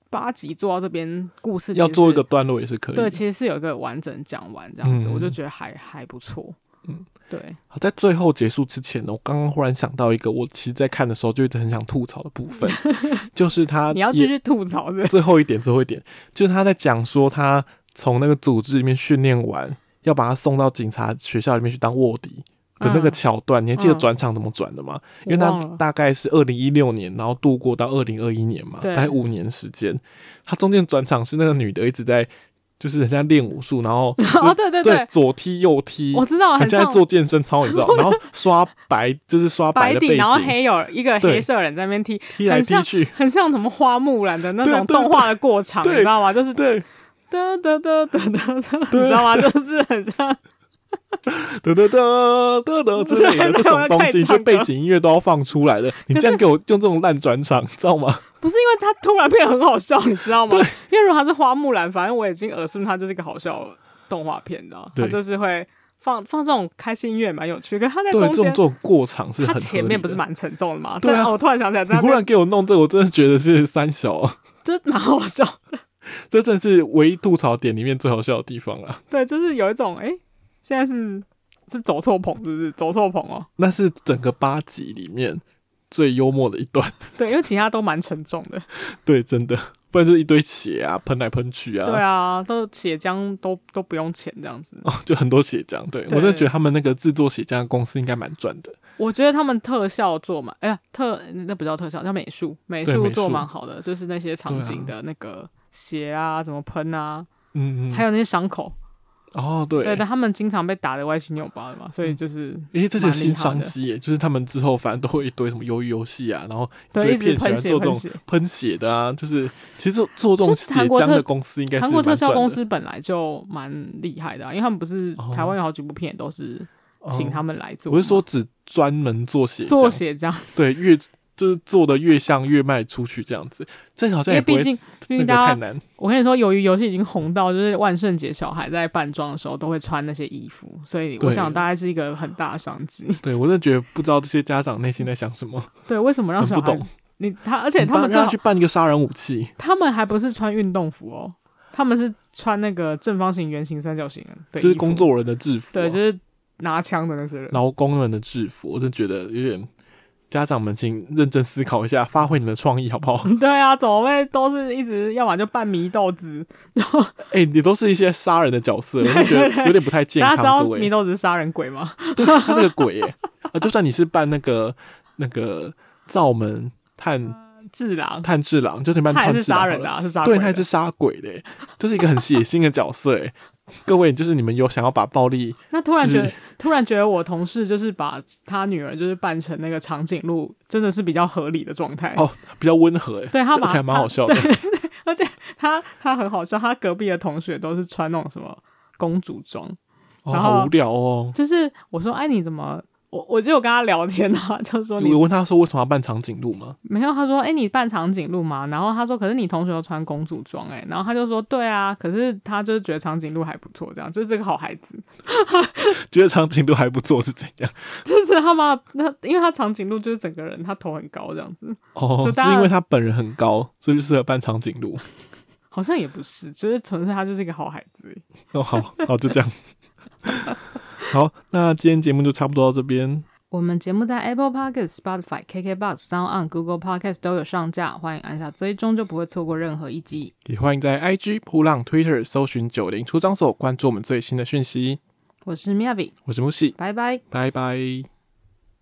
八集做到这边，故事要做一个段落也是可以的。 对，其实是有一个完整讲完这样子， 嗯、 我就觉得还还不错。嗯，对。 好，在最后结束之前呢，我刚刚忽然想到一个，我其实在看的时候就一直很想吐槽的部分，就是他你要继续吐槽的最后一点，最后一点就是他在讲说他从那个组织里面训练完，要把他送到警察学校里面去当卧底的那个桥段，嗯、你还记得转场怎么转的吗？嗯、因为他大概是二零一六年，然后度过到二零二一年嘛，大概五年时间。他中间转场是那个女的一直在，就是很像练武术，然后哦对对 对, 对，左踢右踢， 我知道， 很像在做健身操，你知道？然后刷白，就是刷白的背景， 然后黑有一个黑色人在那边踢， 踢来踢去， 很像什么花木兰的那种动画的过场，你知道吗？就是对， 哒哒哒哒哒，你知道吗？就是很像。 得得得得得之类的这种东西，就背景音乐都要放出来了。你这样给我用这种烂转场，知道吗？ 不是因为他突然变得很好笑，你知道吗？因为如果他是花木兰，反正我已经耳顺他就是一个好笑的动画片，你知道？他就是会放放这种开心音乐，蛮有趣。可是他在中间， 这种这种过场是很合理的， 他前面不是蛮沉重的吗？ 对啊， 我突然想起来， 你忽然给我弄这个，我真的觉得是三小， 就蛮好笑的。 这真的是唯一吐槽点里面最好笑的地方啊！ 对，就是有一种哎、欸，现在是。是走错棚，是不是走错棚哦？ 那是整个八集里面最幽默的一段。 对，因为其他都蛮沉重的。 对，真的，不然就是一堆血啊，喷来喷去啊。 对啊，都血浆都都不用钱这样子。 哦，就很多血浆。对，对我真的觉得他们那个制作血浆的公司应该蛮赚的。 我觉得他们特效做嘛，哎呀，特那不叫特效，叫美术，美术做蛮好的，就是那些场景的那个血啊，怎么喷啊，嗯嗯，还有那些伤口。 哦，对， 对，但他们经常被打得歪七扭八的嘛，所以就是， 因为这是新商机耶，就是他们之后反正都会一堆什么鱿鱼游戏啊，然后一堆片喜欢做这种喷血的啊，就是其实做这种血浆的公司应该是韩国特效公司本来就蛮厉害的、啊，因为他们不是台湾有好几部片都是请他们来做、哦， 我是说只专门做血浆， 做血浆， 对，越就是做的越像越卖出去这样子，这好像也不会毕竟那个太难。 我跟你说，由于游戏已经红到，就是万圣节小孩在扮装的时候都会穿那些衣服，所以我想大概是一个很大的商机。 对，我真的觉得不知道这些家长内心在想什么。 对，为什么让小孩不懂？ 你他，而且他们让他去扮一个杀人武器， 他们还不是穿运动服哦，他们是穿那个正方形、圆形、三角形的， 就是工作人的制服、啊， 对，就是拿枪的那些人， 劳工人的制服，我真的觉得有点。家长们，请认真思考一下，发挥你们的创意好不好？ 对啊，怎么会都是一直要么就扮祢豆子，然后哎、欸，你都是一些杀人的角色，我就觉得有点不太健康。 大家知道祢豆子是杀人鬼吗？ 对，他是个鬼耶、欸啊！就算你是扮那个那个灶门探治郎， 炭治郎，就是扮炭治郎，他也是杀人的、啊，是杀鬼的， 对，他也是杀鬼的、欸，就是一个很血腥的角色、欸。各位，就是你们有想要把暴力， 那突然觉得，就是、突然觉得我同事就是把他女儿就是扮成那个长颈鹿，真的是比较合理的状态哦，比较温和哎、欸， 对他把而且还蛮好笑的， 对对对，而且他他很好笑，他隔壁的同学都是穿那种什么公主装， 哦， 然后好无聊哦。 就是我说，哎，你怎么？我我就有跟他聊天啊，就说你我问他说为什么要扮长颈鹿吗？ 没有，他说哎、欸，你扮长颈鹿吗？然后他说可是你同学都穿公主装哎，然后他就说对啊，可是他就是觉得长颈鹿还不错，这样就是这个好孩子， 觉得长颈鹿还不错是怎样？ 就是他妈那因为他长颈鹿就是整个人他头很高这样子哦，是因为他本人很高，所以就适合扮长颈鹿。 好像也不是，就是纯粹他就是一个好孩子。 哦，好好就这样。好，那今天节目就差不多到这边。 我们节目在 Apple Podcast、Spotify、K K Box、SoundOn、Google Podcast 都有上架，欢迎按下追踪，就不会错过任何一集。 也欢迎在 I G、噗浪、Twitter 搜寻九零出张所，关注我们最新的讯息。 我是 Miyavi， 我是木喜， 拜拜， 拜拜。